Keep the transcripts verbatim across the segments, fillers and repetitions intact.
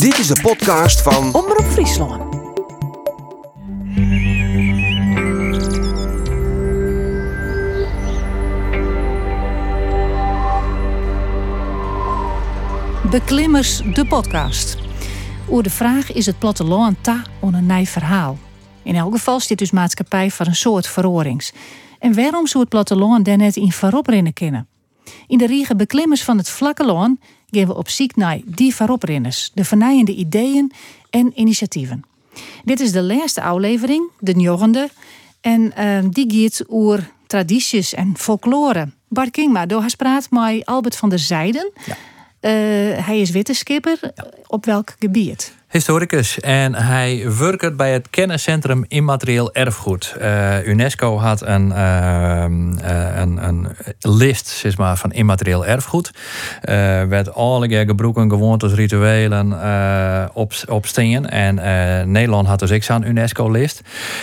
Dit is de podcast van Omroep Friesland. Beklimmers, de podcast. Oer de vraag is het platteland ta on een nij verhaal. In elk geval zit dus maatschappij voor een soort verorings. En waarom zou het platteland daar net in vooroprinnen kennen? In de riege beklimmers van het vlakke land gaan we op zoek naar die vooroprinners, de vernijende ideeën en initiatieven. Dit is de laatste aflevering, de negende, en uh, die gaat over tradities en folklore. Bart Kingma, door haar praat met Albert van der Zijden. Ja. Uh, hij is wetenschapper. Ja. Op welk gebied? Historicus en hij werkt bij het kenniscentrum Immaterieel Erfgoed. Uh, UNESCO had een, uh, een, een list zeg maar, van immaterieel erfgoed. Uh, werd alle gebruiken, gewoontes, rituelen uh, op, op steen. En uh, Nederland had dus ook zo'n UNESCO-list.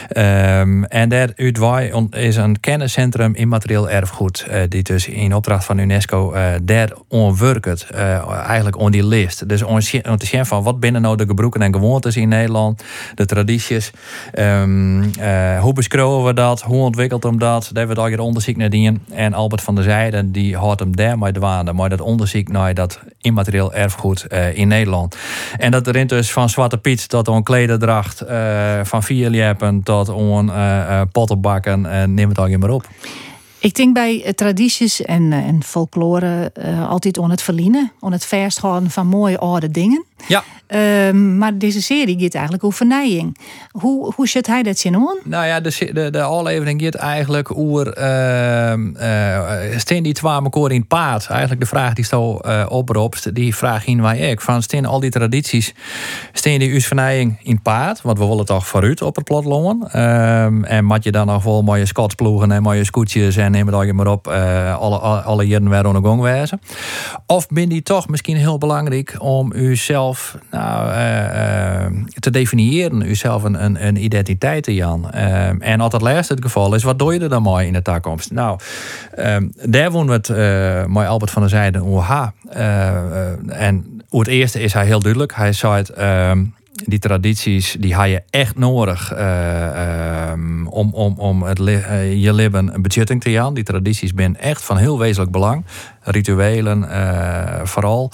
Um, en daaruit is een kenniscentrum Immaterieel Erfgoed. Uh, die dus in opdracht van UNESCO uh, daar onwerkt. Uh, eigenlijk on die list. Dus om te zien van wat binnen nou de gebruiken en gewoontes in Nederland, de tradities. Um, uh, hoe beschouwen we dat? Hoe ontwikkelt hem dat? Daar hebben we daar onderzoek naar dien. En Albert van der Zijden die houdt hem daar mee dwaande, maar dat onderzoek naar dat immaterieel erfgoed uh, in Nederland. En dat erin dus van Zwarte Piet tot een klederdracht, uh, van vierljeppen tot een uh, uh, pottenbakken, uh, neem het al je maar op. Ik denk bij uh, tradities en, uh, en folklore uh, altijd om het verliezen, om het vasthouden van mooie oude dingen. Ja. Uh, maar deze serie gaat eigenlijk over vernijing. Hoe, hoe zet hij dat zien aan? Nou ja, de, de, de aflevering gaat eigenlijk over uh, uh, steen die twee elkaar in het paard. Eigenlijk de vraag die zo uh, oproept, die vraag in wij ook. Van steen al die tradities, steen die uw vernijing in het paard? Want we willen toch vooruit op het platteland. Uh, en mat je dan nog wel mooie scotsploegen en mooie scootjes en neem het al je maar op. Uh, alle, alle, alle jaren weer aan de gang wezen. Of ben die toch misschien heel belangrijk om uzelf nou, uh, uh, te definiëren, uzelf een, een, een identiteit te jan. Uh, en als dat laatste het geval is, wat doe je er dan mooi in de toekomst? Nou, um, daar wonen we het uh, mooi Albert van der Zijden oha. Uh, uh, en hoe het eerste is hij heel duidelijk. Hij zei het, uh, die tradities die heb je echt nodig uh, um, om, om, om het li- uh, je leven een budgetting te gaan. Die tradities zijn echt van heel wezenlijk belang. Rituelen uh, vooral.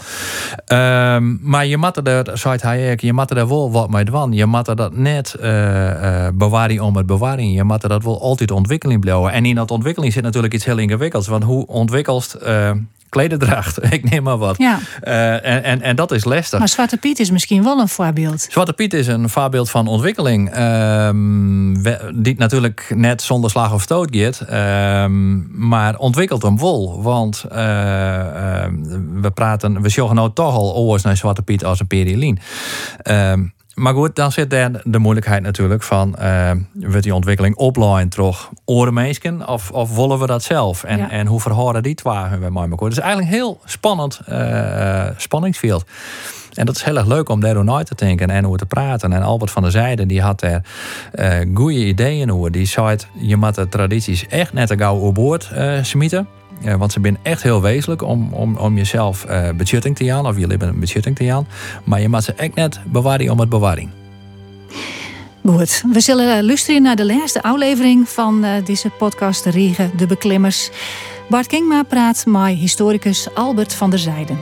Um, maar je moet er, zei hij ook, je moet er wel wat mee doen. Je moet er dat net uh, uh, bewaren om het bewaren. Je moet er dat wel altijd ontwikkeling blijven. En in dat ontwikkeling zit natuurlijk iets heel ingewikkelds. Want hoe ontwikkelt uh, klederdracht? Ik neem maar wat. Ja. Uh, en, en, en dat is lastig. Maar Zwarte Piet is misschien wel een voorbeeld. Zwarte Piet is een voorbeeld van ontwikkeling. Um, we, die natuurlijk net zonder slag of stoot gaat. Um, maar ontwikkelt hem wel. Want uh, uh, we praten, we zeggen nou toch al oors naar Zwarte Piet als een periolien. Um, Maar goed, dan zit daar de moeilijkheid natuurlijk van, uh, wordt die ontwikkeling opleiden toch oren mensen of, of willen we dat zelf? En, ja. en hoe verhouden die twee bij mij elkaar? Het is eigenlijk een heel spannend uh, spanningsveld. En dat is heel erg leuk om daar naar te denken en over te praten. En Albert van der Zijden die had daar uh, goede ideeën over. Die zei, je moet de tradities echt net te gauw op boord uh, smieten. Uh, want ze zijn echt heel wezenlijk om, om, om jezelf uh, budgetting te gaan. Of je leven een budgetting te gaan. Maar je moet ze echt net bewaren om het bewaring. Goed, we zullen luisteren naar de laatste aflevering van uh, deze podcast De Riege, de Beklimmers. Bart Kingma praat met historicus Albert van der Zijden.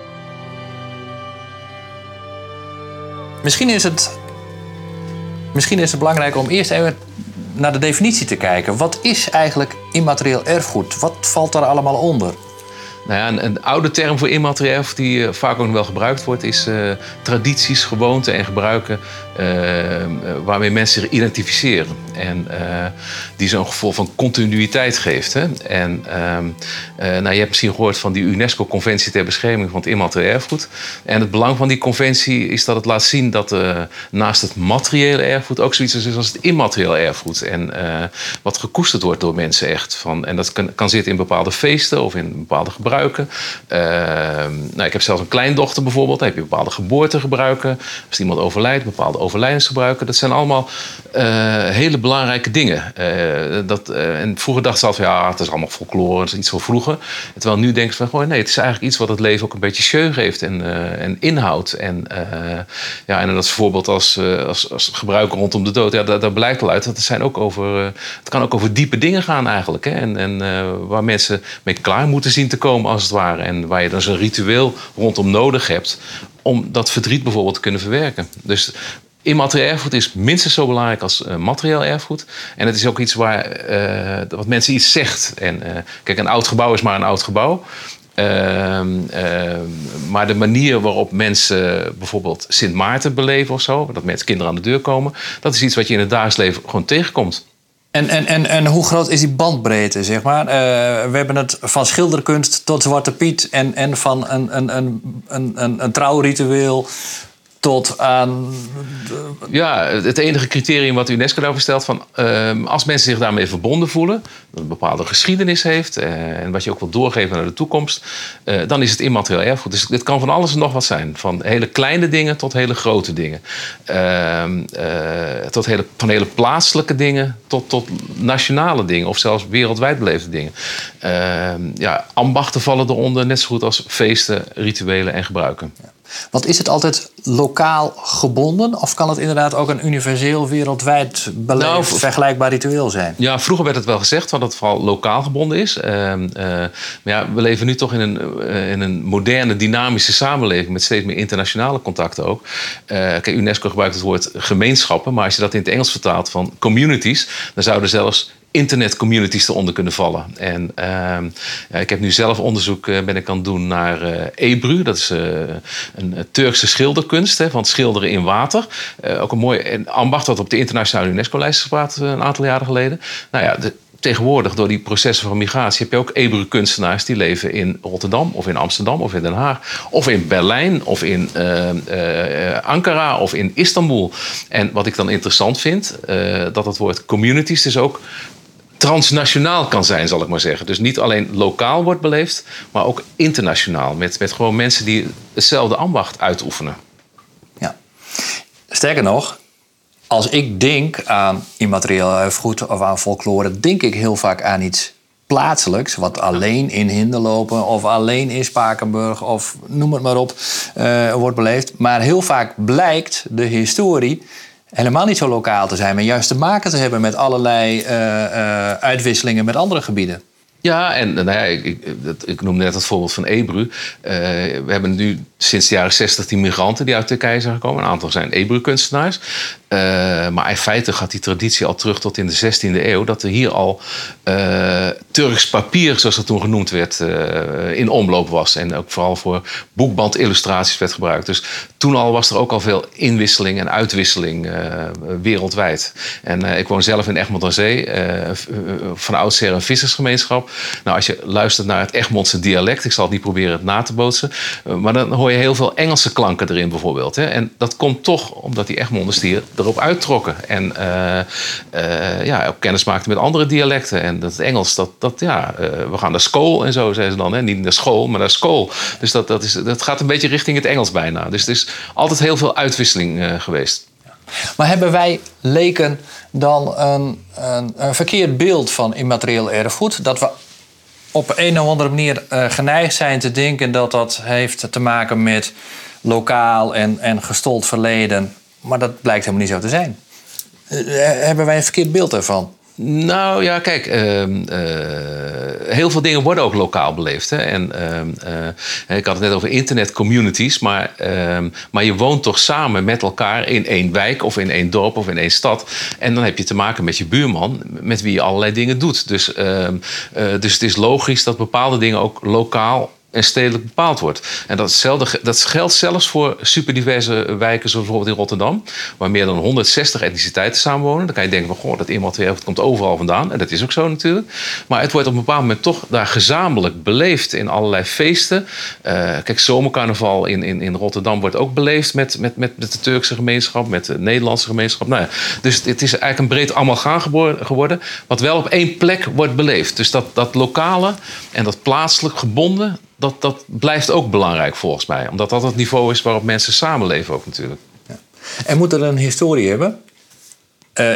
Misschien is het, misschien is het belangrijk om eerst even naar de definitie te kijken. Wat is eigenlijk immaterieel erfgoed? Wat valt daar allemaal onder? Nou ja, een, een oude term voor immaterieel erfgoed die uh, vaak ook nog wel gebruikt wordt, is uh, tradities, gewoonten en gebruiken uh, waarmee mensen zich identificeren. En uh, die zo'n gevoel van continuïteit geeft. Hè? En uh, uh, nou, je hebt misschien gehoord van die UNESCO-conventie ter bescherming van het immaterieel erfgoed. En het belang van die conventie is dat het laat zien dat uh, naast het materiële erfgoed ook zoiets is als het immaterieel erfgoed. En uh, wat gekoesterd wordt door mensen echt. Van, en dat kan, kan zitten in bepaalde feesten of in bepaalde gebruiken. gebruiken. Uh, nou, ik heb zelfs een kleindochter bijvoorbeeld. Dan heb je bepaalde geboortegebruiken. Als iemand overlijdt, bepaalde overlijdensgebruiken. Dat zijn allemaal uh, hele belangrijke dingen. Uh, dat, uh, en vroeger dachten ze altijd, ja, het is allemaal folklore, het is iets van vroeger. Terwijl nu denken ze van, nee, het is eigenlijk iets wat het leven ook een beetje jeu geeft en, uh, en inhoud. En, uh, ja, en dat is bijvoorbeeld als, uh, als, als gebruiken rondom de dood. Ja, daar, daar blijkt al uit dat het, zijn ook over, uh, het kan ook over diepe dingen gaan eigenlijk. Hè? En, en uh, waar mensen mee klaar moeten zien te komen als het ware. En waar je dan zo'n ritueel rondom nodig hebt om dat verdriet bijvoorbeeld te kunnen verwerken. Dus immaterieel erfgoed is minstens zo belangrijk als uh, materieel erfgoed. En het is ook iets waar uh, wat mensen iets zegt. En, uh, kijk, een oud gebouw is maar een oud gebouw. Uh, uh, maar de manier waarop mensen bijvoorbeeld Sint Maarten beleven of zo, dat mensen kinderen aan de deur komen, dat is iets wat je in het dagelijks leven gewoon tegenkomt. En, en, en, en hoe groot is die bandbreedte, zeg maar? Uh, we hebben het van schilderkunst tot Zwarte Piet en, en van een, een, een, een, een, een trouwritueel tot aan... Ja, het enige criterium wat UNESCO daarvoor stelt, van uh, als mensen zich daarmee verbonden voelen, dat een bepaalde geschiedenis heeft uh, en wat je ook wil doorgeven naar de toekomst, uh, dan is het immaterieel erfgoed. Dus het kan van alles en nog wat zijn. Van hele kleine dingen tot hele grote dingen. Uh, uh, tot hele, van hele plaatselijke dingen tot, tot nationale dingen of zelfs wereldwijd beleefde dingen. Uh, ja, ambachten vallen eronder, net zo goed als feesten, rituelen en gebruiken. Ja. Want is het altijd lokaal gebonden? Of kan het inderdaad ook een universeel, wereldwijd beleefd, nou, vergelijkbaar ritueel zijn? Ja, vroeger werd het wel gezegd dat het vooral lokaal gebonden is. Uh, uh, maar ja, we leven nu toch in een, uh, in een moderne, dynamische samenleving met steeds meer internationale contacten ook. Uh, kijk, UNESCO gebruikt het woord gemeenschappen, maar als je dat in het Engels vertaalt van communities, dan zouden zelfs internetcommunities eronder kunnen vallen. En uh, ja, ik heb nu zelf onderzoek uh, ben ik aan het doen naar uh, Ebru. Dat is uh, een Turkse schilderkunst, hè, van het schilderen in water. Uh, ook een mooi ambacht dat op de internationale UNESCO-lijst is geplaatst uh, een aantal jaren geleden. Nou ja, de, tegenwoordig door die processen van migratie heb je ook Ebru-kunstenaars die leven in Rotterdam of in Amsterdam of in Den Haag of in Berlijn of in uh, uh, Ankara of in Istanbul. En wat ik dan interessant vind, uh, dat het woord communities dus ook transnationaal kan zijn, zal ik maar zeggen. Dus niet alleen lokaal wordt beleefd, maar ook internationaal. Met, met gewoon mensen die hetzelfde ambacht uitoefenen. Ja. Sterker nog, als ik denk aan immaterieel erfgoed of aan folklore, denk ik heel vaak aan iets plaatselijks, wat alleen in Hinderlopen of alleen in Spakenburg of noem het maar op, uh, wordt beleefd. Maar heel vaak blijkt de historie helemaal niet zo lokaal te zijn, maar juist te maken te hebben met allerlei uh, uh, uitwisselingen met andere gebieden. Ja, en nou ja, ik, ik, ik noemde net het voorbeeld van Ebru. Uh, we hebben nu sinds de jaren zestig die migranten die uit Turkije zijn gekomen. Een aantal zijn Ebru-kunstenaars. Uh, maar in feite gaat die traditie al terug tot in de zestiende eeuw. Dat er hier al uh, Turks papier, zoals dat toen genoemd werd, uh, in omloop was. En ook vooral voor boekbandillustraties werd gebruikt. Dus toen al was er ook al veel inwisseling en uitwisseling uh, wereldwijd. En uh, ik woon zelf in Egmond aan Zee. Uh, van oudsher een vissersgemeenschap. Nou, als je luistert naar het Egmondse dialect, ik zal het niet proberen het na te bootsen, uh, maar dan hoor je heel veel Engelse klanken erin bijvoorbeeld. Hè? En dat komt toch omdat die Egmonders die erop uittrokken. En uh, uh, ja, ook kennis maakten met andere dialecten. En dat Engels, dat, dat ja, uh, we gaan naar school en zo, zeiden ze dan. Hè? Niet naar school, maar naar school. Dus dat, dat, is, dat gaat een beetje richting het Engels bijna. Dus er is altijd heel veel uitwisseling uh, geweest. Maar hebben wij leken dan een, een, een verkeerd beeld van immaterieel erfgoed? Dat we op een of andere manier uh, geneigd zijn te denken dat dat heeft te maken met lokaal en, en gestold verleden. Maar dat blijkt helemaal niet zo te zijn. Uh, hebben wij een verkeerd beeld ervan? Nou ja, kijk, uh, uh, heel veel dingen worden ook lokaal beleefd. Hè? En, uh, uh, ik had het net over internetcommunities, maar, uh, maar je woont toch samen met elkaar in één wijk of in één dorp of in één stad. En dan heb je te maken met je buurman, met wie je allerlei dingen doet. Dus, uh, uh, dus het is logisch dat bepaalde dingen ook lokaal en stedelijk bepaald wordt. En datzelfde, dat geldt zelfs voor superdiverse wijken, zoals bijvoorbeeld in Rotterdam, waar meer dan honderdzestig etniciteiten samenwonen. Dan kan je denken van, goh, dat immaterieel erfgoed komt overal vandaan. En dat is ook zo natuurlijk. Maar het wordt op een bepaald moment toch daar gezamenlijk beleefd in allerlei feesten. Uh, kijk, zomercarnaval in, in, in Rotterdam wordt ook beleefd met, met, met, met de Turkse gemeenschap, met de Nederlandse gemeenschap. Nou ja, dus het is eigenlijk een breed amalgaam geworden, wat wel op één plek wordt beleefd. Dus dat, dat lokale en dat plaatselijk gebonden, Dat, dat blijft ook belangrijk volgens mij. Omdat dat het niveau is waarop mensen samenleven ook natuurlijk. Ja. En moet er een historie hebben? Uh,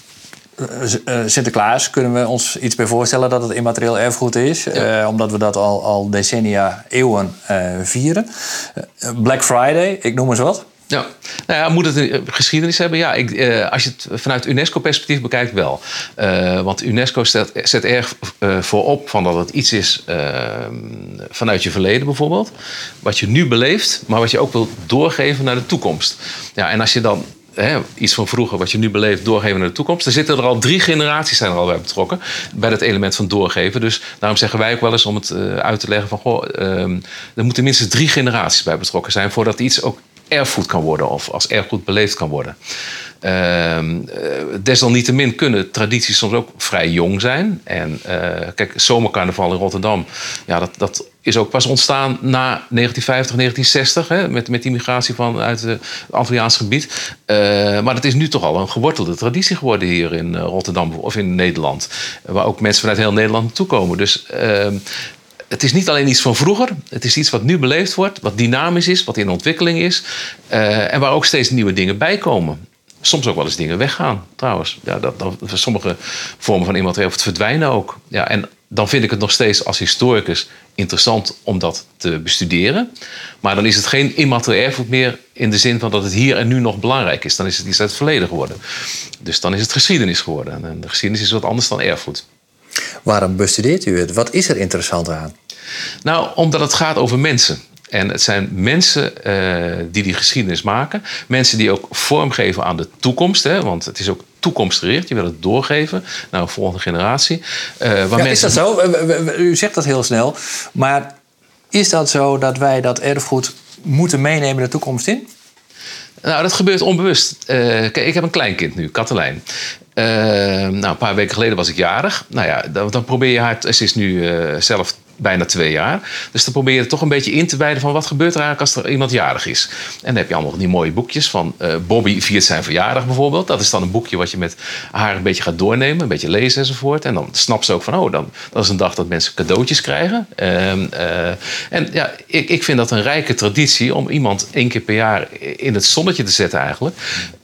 uh, Sinterklaas, kunnen we ons iets bij voorstellen dat het immaterieel erfgoed is? Ja. Uh, omdat we dat al, al decennia, eeuwen uh, vieren. Uh, Black Friday, ik noem eens wat. Ja, nou ja, moet het een geschiedenis hebben? Ja, ik, uh, als je het vanuit UNESCO-perspectief bekijkt, wel. Uh, want UNESCO zet, zet erg uh, voorop van dat het iets is uh, vanuit je verleden bijvoorbeeld. Wat je nu beleeft, maar wat je ook wil doorgeven naar de toekomst. Ja, en als je dan He, iets van vroeger wat je nu beleeft doorgeven naar de toekomst. Er zitten er al drie generaties zijn er al bij betrokken. Bij dat element van doorgeven. Dus daarom zeggen wij ook wel eens om het uh, uit te leggen van goh, um, er moeten minstens drie generaties bij betrokken zijn voordat iets ook erfgoed kan worden of als erfgoed beleefd kan worden. Uh, desalniettemin kunnen tradities soms ook vrij jong zijn. En uh, kijk, zomercarnaval in Rotterdam, ja, dat, dat is ook pas ontstaan na negentien vijftig, negentien zestig, hè, met, met die migratie vanuit het Antilliaans gebied. Uh, maar dat is nu toch al een gewortelde traditie geworden hier in Rotterdam of in Nederland. Waar ook mensen vanuit heel Nederland naartoe komen. Dus Uh, het is niet alleen iets van vroeger. Het is iets wat nu beleefd wordt, wat dynamisch is, wat in ontwikkeling is. Uh, en waar ook steeds nieuwe dingen bij komen. Soms ook wel eens dingen weggaan, trouwens. Ja, dat, dat, sommige vormen van immaterieel erfgoed verdwijnen ook. Ja, en dan vind ik het nog steeds als historicus interessant om dat te bestuderen. Maar dan is het geen immaterieel erfgoed meer in de zin van dat het hier en nu nog belangrijk is. Dan is het iets uit het verleden geworden. Dus dan is het geschiedenis geworden. En de geschiedenis is wat anders dan erfgoed. Waarom bestudeert u het? Wat is er interessant aan? Nou, omdat het gaat over mensen. En het zijn mensen uh, die die geschiedenis maken. Mensen die ook vormgeven aan de toekomst. Hè, want het is ook toekomstgericht. Je wil het doorgeven naar een volgende generatie. Uh, waar ja, mensen... Is dat zo? U zegt dat heel snel. Maar is dat zo dat wij dat erfgoed moeten meenemen de toekomst in? Nou, dat gebeurt onbewust. Uh, kijk, ik heb een kleinkind nu, Katelijn. Uh, nou, een paar weken geleden was ik jarig. Nou ja, dan, dan probeer je haar... Ze is nu uh, zelf bijna twee jaar. Dus dan probeer je er toch een beetje in te wijden van wat gebeurt er eigenlijk als er iemand jarig is. En dan heb je allemaal die mooie boekjes van uh, Bobby viert zijn verjaardag bijvoorbeeld. Dat is dan een boekje wat je met haar een beetje gaat doornemen, een beetje lezen enzovoort. En dan snapt ze ook van, oh, dan, dat is een dag dat mensen cadeautjes krijgen. Uh, uh, en ja, ik, ik vind dat een rijke traditie om iemand één keer per jaar in het zonnetje te zetten eigenlijk.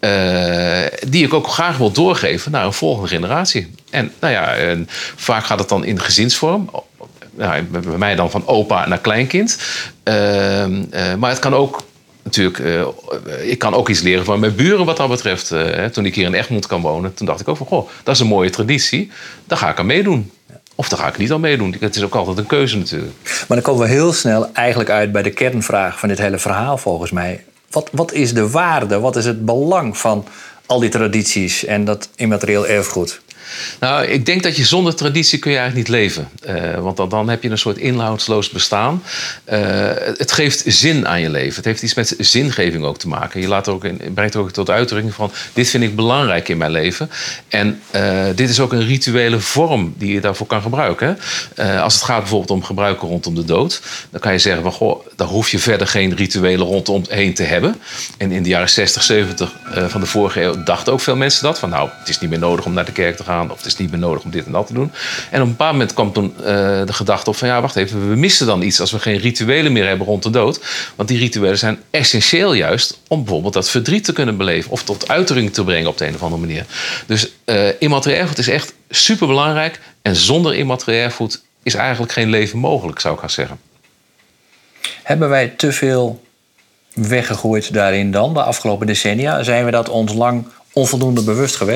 Uh, die ik ook graag wil doorgeven naar een volgende generatie. En nou ja, en vaak gaat het dan in gezinsvorm. Nou, bij mij dan van opa naar kleinkind. Uh, uh, maar het kan ook natuurlijk... Uh, ik kan ook iets leren van mijn buren wat dat betreft. Uh, toen ik hier in Egmond kan wonen, toen dacht ik ook van... goh, dat is een mooie traditie. Daar ga ik aan meedoen. Of daar ga ik niet aan meedoen. Het is ook altijd een keuze natuurlijk. Maar dan komen we heel snel eigenlijk uit bij de kernvraag van dit hele verhaal volgens mij. Wat, wat is de waarde, wat is het belang van al die tradities en dat immaterieel erfgoed? Nou, ik denk dat je zonder traditie kun je eigenlijk niet leven. Uh, want dan, dan heb je een soort inhoudsloos bestaan. Uh, het geeft zin aan je leven. Het heeft iets met zingeving ook te maken. Je laat er ook in, brengt er ook tot uitdrukking van... dit vind ik belangrijk in mijn leven. En uh, dit is ook een rituele vorm die je daarvoor kan gebruiken. Uh, als het gaat bijvoorbeeld om gebruiken rondom de dood... dan kan je zeggen van, goh, daar hoef je verder geen rituelen rondomheen te hebben. En in de jaren zestig, zeventig uh, van de vorige eeuw dachten ook veel mensen dat. Van nou, het is niet meer nodig om naar de kerk te gaan... of het is niet meer nodig om dit en dat te doen. En op een bepaald moment kwam toen uh, de gedachte op van... ja, wacht even, we missen dan iets als we geen rituelen meer hebben rond de dood. Want die rituelen zijn essentieel juist... om bijvoorbeeld dat verdriet te kunnen beleven... of tot uitdrukking te brengen op de een of andere manier. Dus uh, immaterieel erfgoed is echt superbelangrijk... en zonder immaterieel erfgoed is eigenlijk geen leven mogelijk, zou ik gaan zeggen. Hebben wij te veel weggegooid daarin dan, de afgelopen decennia? Zijn we dat ons lang onvoldoende bewust geweest?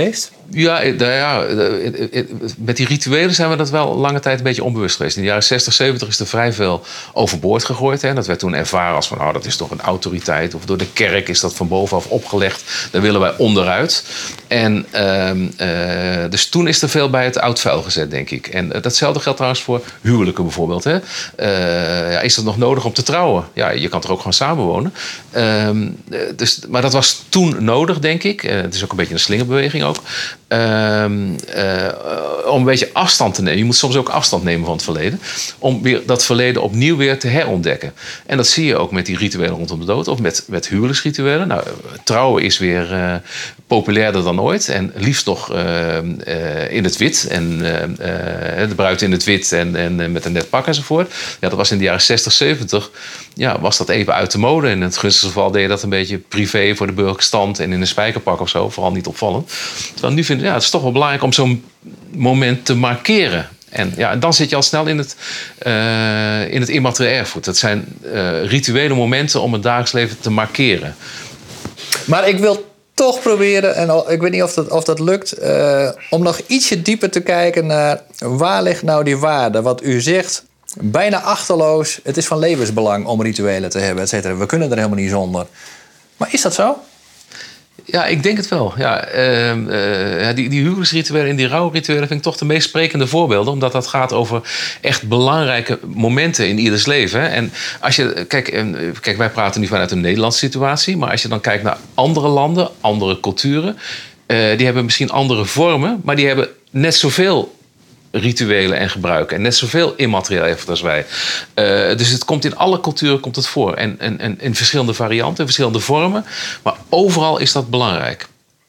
Ja, nou ja, met die rituelen zijn we dat wel lange tijd een beetje onbewust geweest. In de jaren zestig, zeventig is er vrij veel overboord gegooid. Hè. Dat werd toen ervaren als van, oh, dat is toch een autoriteit. Of door de kerk is dat van bovenaf opgelegd. Daar willen wij onderuit. En uh, uh, dus toen is er veel bij het oud vuil gezet, denk ik. En uh, datzelfde geldt trouwens voor huwelijken bijvoorbeeld. Hè. Uh, ja, is dat nog nodig om te trouwen? Ja, je kan toch ook gewoon samenwonen. Uh, dus, maar dat was toen nodig, denk ik. Uh, het is ook een beetje een slingerbeweging ook. Uh, uh, om een beetje afstand te nemen. Je moet soms ook afstand nemen van het verleden. Om weer dat verleden opnieuw weer te herontdekken. En dat zie je ook met die rituelen rondom de dood. Of met, met huwelijksrituelen. Nou, trouwen is weer uh, populairder dan ooit. En liefst nog uh, uh, in het wit. En uh, uh, de bruid in het wit en, en met een net pak enzovoort. Ja, dat was in de jaren zestig, zeventig. Ja, was dat even uit de mode. In het gunstigste geval deed je dat een beetje privé voor de burgerlijke stand. En in een spijkerpak of zo. Vooral niet opvallend. Terwijl nu vind ik, ja, het is toch wel belangrijk om zo'n moment te markeren. En ja, dan zit je al snel in het, uh, in het immateriële erfgoed. Dat zijn uh, rituele momenten om het dagelijks leven te markeren. Maar ik wil toch proberen, en ik weet niet of dat, of dat lukt, uh, om nog ietsje dieper te kijken naar waar ligt nou die waarde? Wat u zegt, bijna achterloos, het is van levensbelang om rituelen te hebben, et cetera. We kunnen er helemaal niet zonder. Maar is dat zo? Ja, ik denk het wel. Ja, uh, uh, die, die huwelijksrituelen en die rouwrituelen vind ik toch de meest sprekende voorbeelden. Omdat dat gaat over echt belangrijke momenten in ieders leven. Hè. En als je, kijk, uh, kijk, wij praten nu vanuit een Nederlandse situatie. Maar als je dan kijkt naar andere landen, andere culturen. Uh, die hebben misschien andere vormen, maar die hebben net zoveel rituelen en gebruiken. En net zoveel immaterieel erfgoed als wij. Uh, dus het komt in alle culturen komt het voor. En, en, en in verschillende varianten, in verschillende vormen. Maar overal is dat belangrijk.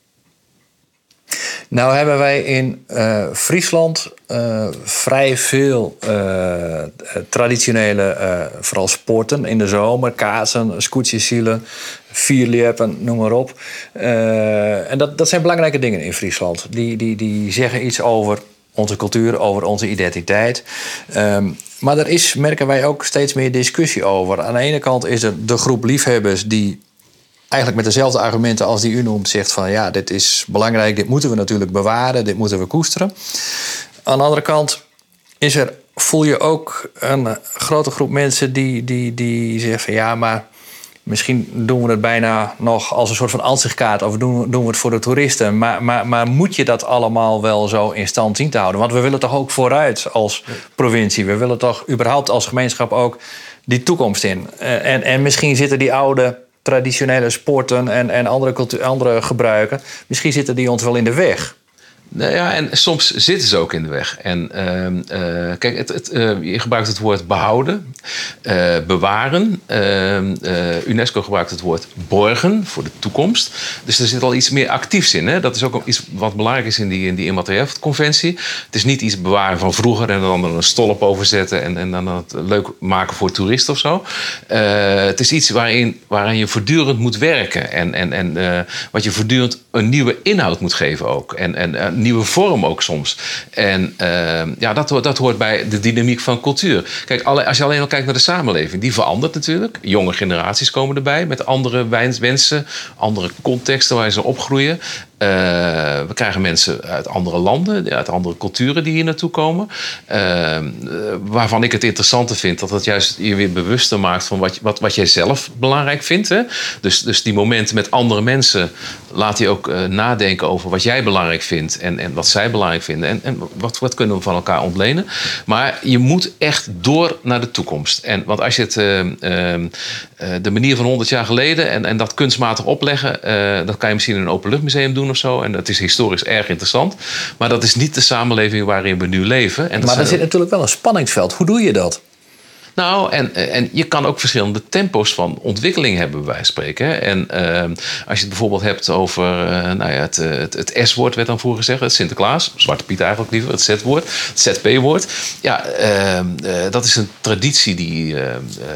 Nou hebben wij in uh, Friesland uh, vrij veel uh, traditionele, uh, vooral sporten in de zomer. Kaatsen, scootjesielen, vierlepen, noem maar op. Uh, en dat, dat zijn belangrijke dingen in Friesland. Die, die, die zeggen iets over onze cultuur, over onze identiteit. Um, maar er is, merken wij ook steeds meer discussie over. Aan de ene kant is er de groep liefhebbers die eigenlijk met dezelfde argumenten als die u noemt zegt van ja, dit is belangrijk, dit moeten we natuurlijk bewaren, dit moeten we koesteren. Aan de andere kant is er, voel je ook een grote groep mensen die, die, die zeggen van ja, maar misschien doen we het bijna nog als een soort van ansichtkaart of doen, doen we het voor de toeristen. Maar, maar, maar moet je dat allemaal wel zo in stand zien te houden? Want we willen toch ook vooruit als provincie. We willen toch überhaupt als gemeenschap ook die toekomst in. En, en misschien zitten die oude traditionele sporten en, en andere, cultuur, andere gebruiken, misschien zitten die ons wel in de weg. Nou ja, en soms zitten ze ook in de weg. En uh, uh, kijk, het, het, uh, je gebruikt het woord behouden, uh, bewaren. Uh, uh, UNESCO gebruikt het woord borgen voor de toekomst. Dus er zit al iets meer actiefs in. Hè? Dat is ook iets wat belangrijk is in die, in die immateriële-conventie. Het is niet iets bewaren van vroeger en dan er een stolp over zetten en, en dan het leuk maken voor toeristen of zo. Uh, het is iets waarin, waarin je voortdurend moet werken en, en, en uh, wat je voortdurend een nieuwe inhoud moet geven ook. En, en een nieuwe vorm ook soms. En uh, ja, dat, dat hoort bij de dynamiek van cultuur. Kijk, alle, als je alleen al kijkt naar de samenleving, die verandert natuurlijk. Jonge generaties komen erbij met andere wensen, andere contexten waar ze opgroeien. Uh, we krijgen mensen uit andere landen, uit andere culturen die hier naartoe komen. Uh, waarvan ik het interessante vind dat het juist je weer bewuster maakt van wat, wat, wat jij zelf belangrijk vindt. Hè? Dus, dus die momenten met andere mensen laat je ook uh, nadenken over wat jij belangrijk vindt en, en wat zij belangrijk vinden. En, en wat, wat kunnen we van elkaar ontlenen. Maar je moet echt door naar de toekomst. En, want als je het, uh, uh, de manier van honderd jaar geleden en, en dat kunstmatig opleggen, uh, dat kan je misschien in een openluchtmuseum doen of zo. En dat is historisch erg interessant. Maar dat is niet de samenleving waarin we nu leven. En dat maar er zit ook natuurlijk wel een spanningsveld. Hoe doe je dat? Nou, en, en je kan ook verschillende tempo's van ontwikkeling hebben, bij wijze van spreken. En uh, als je het bijvoorbeeld hebt over uh, nou ja, het, het, het S-woord, werd dan vroeger gezegd, het Sinterklaas, Zwarte Piet eigenlijk liever, het Z-woord, het Z P-woord. Ja, uh, uh, dat is een traditie die uh, uh,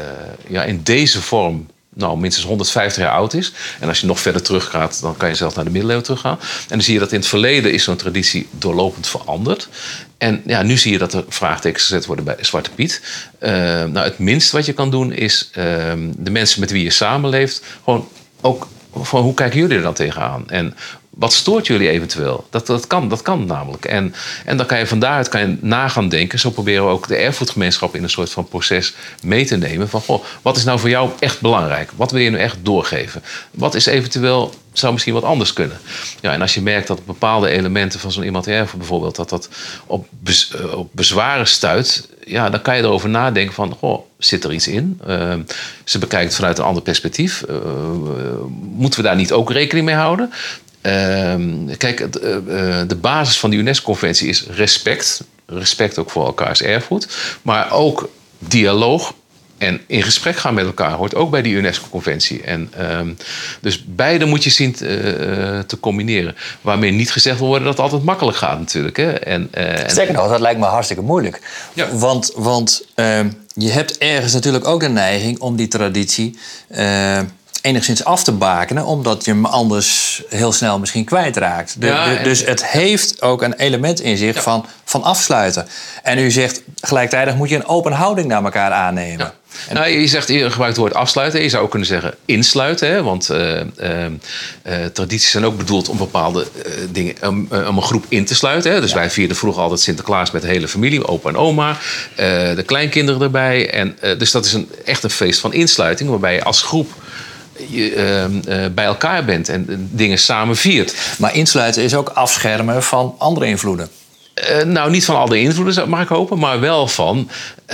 ja, in deze vorm nou, minstens honderdvijftig jaar oud is. En als je nog verder teruggaat, dan kan je zelfs naar de middeleeuwen teruggaan. En dan zie je dat in het verleden is zo'n traditie doorlopend veranderd. En ja, nu zie je dat er vraagtekens gezet worden bij Zwarte Piet. Uh, nou, het minst wat je kan doen is uh, de mensen met wie je samenleeft gewoon ook van hoe kijken jullie er dan tegenaan? En wat stoort jullie eventueel? Dat, dat, kan, dat kan namelijk. En, en dan kan je van daaruit kan je na gaan denken. Zo proberen we ook de erfgoedgemeenschap in een soort van proces mee te nemen. Van, goh, wat is nou voor jou echt belangrijk? Wat wil je nu echt doorgeven? Wat is eventueel, zou misschien wat anders kunnen? Ja, en als je merkt dat bepaalde elementen van zo'n immaterieel erfgoed bijvoorbeeld, dat dat op, bez, op bezwaren stuit, ja, dan kan je erover nadenken van, goh, zit er iets in? Uh, ze bekijken het vanuit een ander perspectief. Uh, moeten we daar niet ook rekening mee houden? Uh, kijk, uh, de basis van de UNESCO-conventie is respect. Respect ook voor elkaars erfgoed. Maar ook dialoog en in gesprek gaan met elkaar hoort ook bij die UNESCO-conventie. En uh, dus beide moet je zien te, uh, te combineren. Waarmee niet gezegd wil worden dat het altijd makkelijk gaat natuurlijk. Hè? En, uh, Sterker nog, dat lijkt me hartstikke moeilijk. Ja. Want, want uh, je hebt ergens natuurlijk ook de neiging om die traditie Uh, enigszins af te bakenen, omdat je hem anders heel snel misschien kwijtraakt. De, ja, de, dus het heeft ook een element in zich ja. van, van afsluiten. En u zegt gelijktijdig moet je een open houding naar elkaar aannemen. Ja. En nou, je zegt, je gebruikt het woord afsluiten. Je zou ook kunnen zeggen insluiten. Hè? Want uh, uh, uh, tradities zijn ook bedoeld om bepaalde uh, dingen, um, uh, om een groep in te sluiten. Hè? Dus ja. wij vierden vroeger altijd Sinterklaas met de hele familie, opa en oma, uh, de kleinkinderen erbij. En, uh, dus dat is een, echt een feest van insluiting, waarbij je als groep je uh, uh, bij elkaar bent en uh, dingen samen viert. Maar insluiten is ook afschermen van andere invloeden. Uh, nou, niet van al de invloeden, mag ik hopen, maar wel van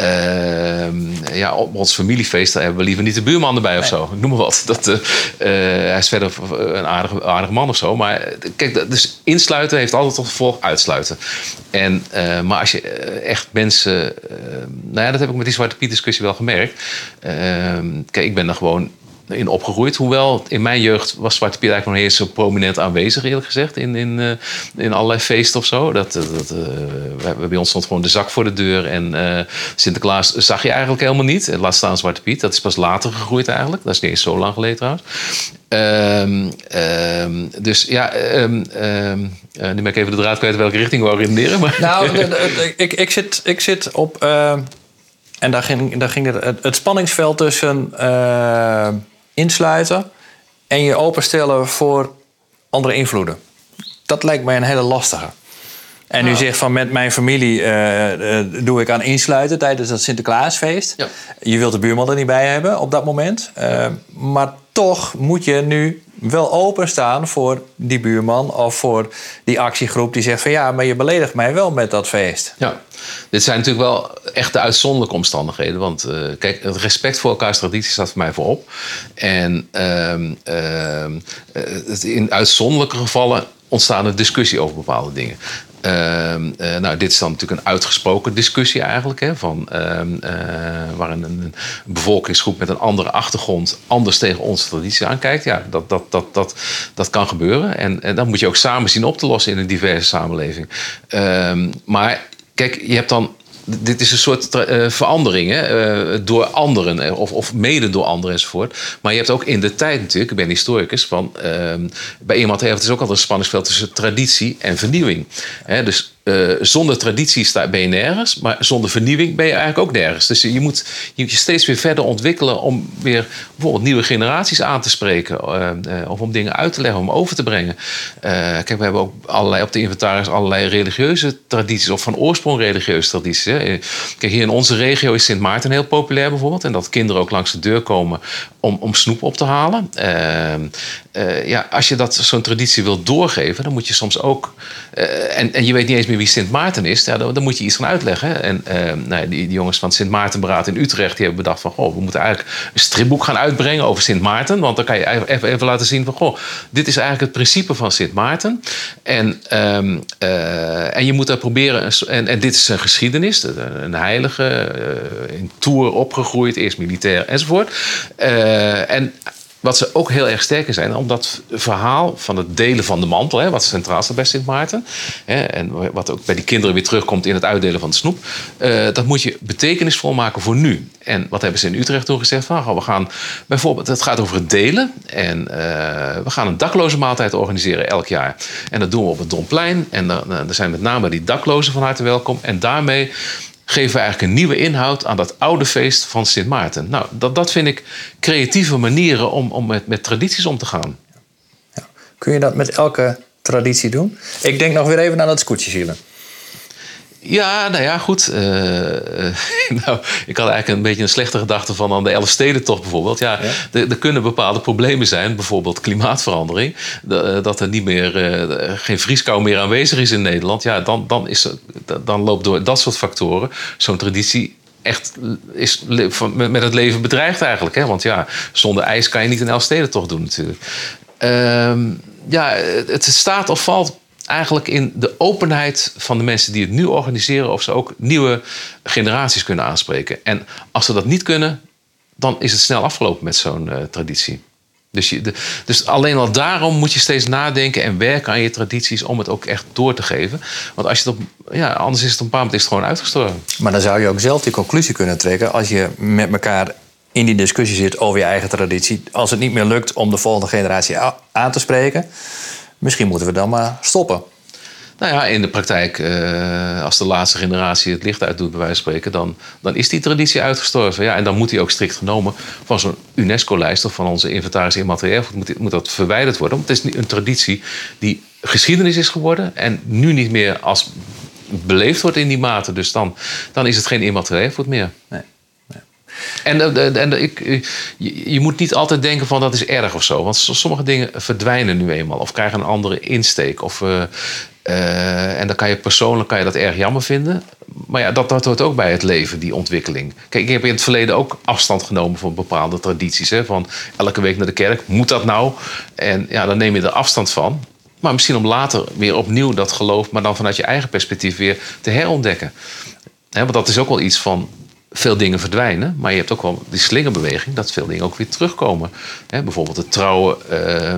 Uh, ja, op ons familiefeest hebben we liever niet de buurman erbij of zo. Ik noem maar wat. Dat, uh, uh, hij is verder een aardige, aardige man of zo. Maar kijk, dus insluiten heeft altijd tot gevolg uitsluiten. En, uh, maar als je echt mensen Uh, nou ja, dat heb ik met die Zwarte Piet discussie wel gemerkt. Uh, kijk, ik ben er gewoon in opgegroeid. Hoewel, in mijn jeugd was Zwarte Piet eigenlijk nog niet eens zo prominent aanwezig, eerlijk gezegd. In, in, uh, in allerlei feesten of zo. Dat, dat, uh, we, bij ons stond gewoon de zak voor de deur. En uh, Sinterklaas zag je eigenlijk helemaal niet. En laat staan Zwarte Piet. Dat is pas later gegroeid eigenlijk. Dat is niet eens zo lang geleden trouwens. Um, um, dus ja, um, um, uh, nu ben ik even de draad kwijt welke richting we wou redeneren. Maar nou, de, de, ik, ik, zit, ik zit op Uh... En daar ging, daar ging het, het spanningsveld tussen uh, insluiten en je openstellen voor andere invloeden. Dat lijkt mij een hele lastige. En u zegt van met mijn familie uh, uh, doe ik aan insluiten tijdens dat Sinterklaasfeest. Ja. Je wilt de buurman er niet bij hebben op dat moment. Uh, maar toch moet je nu wel openstaan voor die buurman of voor die actiegroep die zegt van ja, maar je beledigt mij wel met dat feest. Ja, dit zijn natuurlijk wel echt de uitzonderlijke omstandigheden. Want uh, kijk, het respect voor elkaars traditie staat voor mij voorop. En uh, uh, in uitzonderlijke gevallen ontstaan er discussie over bepaalde dingen. Uh, uh, nou, dit is dan natuurlijk een uitgesproken discussie eigenlijk. Hè, van, uh, uh, waarin een, een bevolkingsgroep met een andere achtergrond anders tegen onze traditie aankijkt. Ja, dat, dat, dat, dat, dat kan gebeuren. En, en dat moet je ook samen zien op te lossen in een diverse samenleving. Uh, maar kijk, je hebt dan dit is een soort uh, verandering hè? Uh, door anderen of, of mede door anderen enzovoort. Maar je hebt ook in de tijd natuurlijk, ik ben historicus, van, uh, bij iemand heeft het is ook altijd een spanningsveld tussen traditie en vernieuwing. Hè? Dus uh, zonder traditie sta, ben je nergens, maar zonder vernieuwing ben je eigenlijk ook nergens. Dus je moet je, moet je steeds weer verder ontwikkelen om weer bijvoorbeeld nieuwe generaties aan te spreken. Uh, uh, of om dingen uit te leggen, om over te brengen. Uh, kijk, we hebben ook allerlei, op de inventaris allerlei religieuze tradities, of van oorsprong religieuze tradities. Hè. Kijk, hier in onze regio is Sint Maarten heel populair bijvoorbeeld. En dat kinderen ook langs de deur komen om, om snoep op te halen. Uh, uh, ja, als je dat zo'n traditie wilt doorgeven, dan moet je soms ook Uh, en, en je weet niet eens meer wie Sint Maarten is, ja, dan, dan moet je iets van uitleggen. En uh, nou, die, die jongens van het Sint Maartenberaad in Utrecht die hebben bedacht van goh, we moeten eigenlijk een stripboek gaan uitbrengen over Sint Maarten. Want dan kan je even, even laten zien van goh, dit is eigenlijk het principe van Sint Maarten. En, um, uh, en je moet daar proberen, en, en dit is een geschiedenis, een heilige, uh, in Tours opgegroeid, eerst militair enzovoort. Uh, en wat ze ook heel erg sterk in zijn, om dat verhaal van het delen van de mantel, hè, wat centraal staat bij Sint Maarten, hè, en wat ook bij die kinderen weer terugkomt in het uitdelen van de snoep, uh, dat moet je betekenisvol maken voor nu. En wat hebben ze in Utrecht toen gezegd? Van, we gaan bijvoorbeeld, het gaat over het delen. En uh, we gaan een dakloze maaltijd organiseren elk jaar. En dat doen we op het Domplein. En er uh, zijn met name die daklozen van harte welkom. En daarmee geven we eigenlijk een nieuwe inhoud aan dat oude feest van Sint Maarten. Nou, dat, dat vind ik creatieve manieren om, om met, met tradities om te gaan. Kun je dat met elke traditie doen? Ik denk nog weer even aan dat scootjeshielen. Ja, nou ja, goed. Uh, nou, ik had eigenlijk een beetje een slechte gedachte van aan de Elfstedentocht bijvoorbeeld. Ja, ja? Er, er kunnen bepaalde problemen zijn, bijvoorbeeld klimaatverandering. De, dat er niet meer, uh, geen vrieskou meer aanwezig is in Nederland. Ja, dan, dan, is, dan loopt door dat soort factoren zo'n traditie echt is met het leven bedreigd eigenlijk. Hè? Want ja, zonder ijs kan je niet een Elfstedentocht doen natuurlijk. Uh, ja, het staat of valt eigenlijk in de openheid van de mensen die het nu organiseren, of ze ook nieuwe generaties kunnen aanspreken. En als ze dat niet kunnen, dan is het snel afgelopen met zo'n uh, traditie. Dus, je, de, dus alleen al daarom moet je steeds nadenken en werken aan je tradities om het ook echt door te geven. Want als je het op, ja, anders is het op een paar moment is het gewoon uitgestorven. Maar dan zou je ook zelf die conclusie kunnen trekken als je met elkaar in die discussie zit over je eigen traditie. Als het niet meer lukt om de volgende generatie aan te spreken, misschien moeten we dan maar stoppen. Nou ja, in de praktijk, uh, als de laatste generatie het licht uitdoet, bij wijze van spreken, dan, dan is die traditie uitgestorven. Ja, en dan moet die ook strikt genomen van zo'n UNESCO-lijst of van onze inventaris immaterieel erfgoed, moet, moet dat verwijderd worden. Want het is een traditie die geschiedenis is geworden en nu niet meer als beleefd wordt in die mate. Dus dan, dan is het geen immaterieel erfgoed meer. Nee. En, en, en ik, je, je moet niet altijd denken van dat is erg of zo. Want sommige dingen verdwijnen nu eenmaal. Of krijgen een andere insteek. Of, uh, uh, en dan kan je persoonlijk kan je dat erg jammer vinden. Maar ja, dat, dat hoort ook bij het leven, die ontwikkeling. Kijk, ik heb in het verleden ook afstand genomen van bepaalde tradities. Hè, van elke week naar de kerk, moet dat nou? En ja, dan neem je er afstand van. Maar misschien om later weer opnieuw dat geloof, maar dan vanuit je eigen perspectief weer te herontdekken. Hè, want dat is ook wel iets van veel dingen verdwijnen, maar je hebt ook wel die slingerbeweging dat veel dingen ook weer terugkomen. He, bijvoorbeeld het trouwen, uh,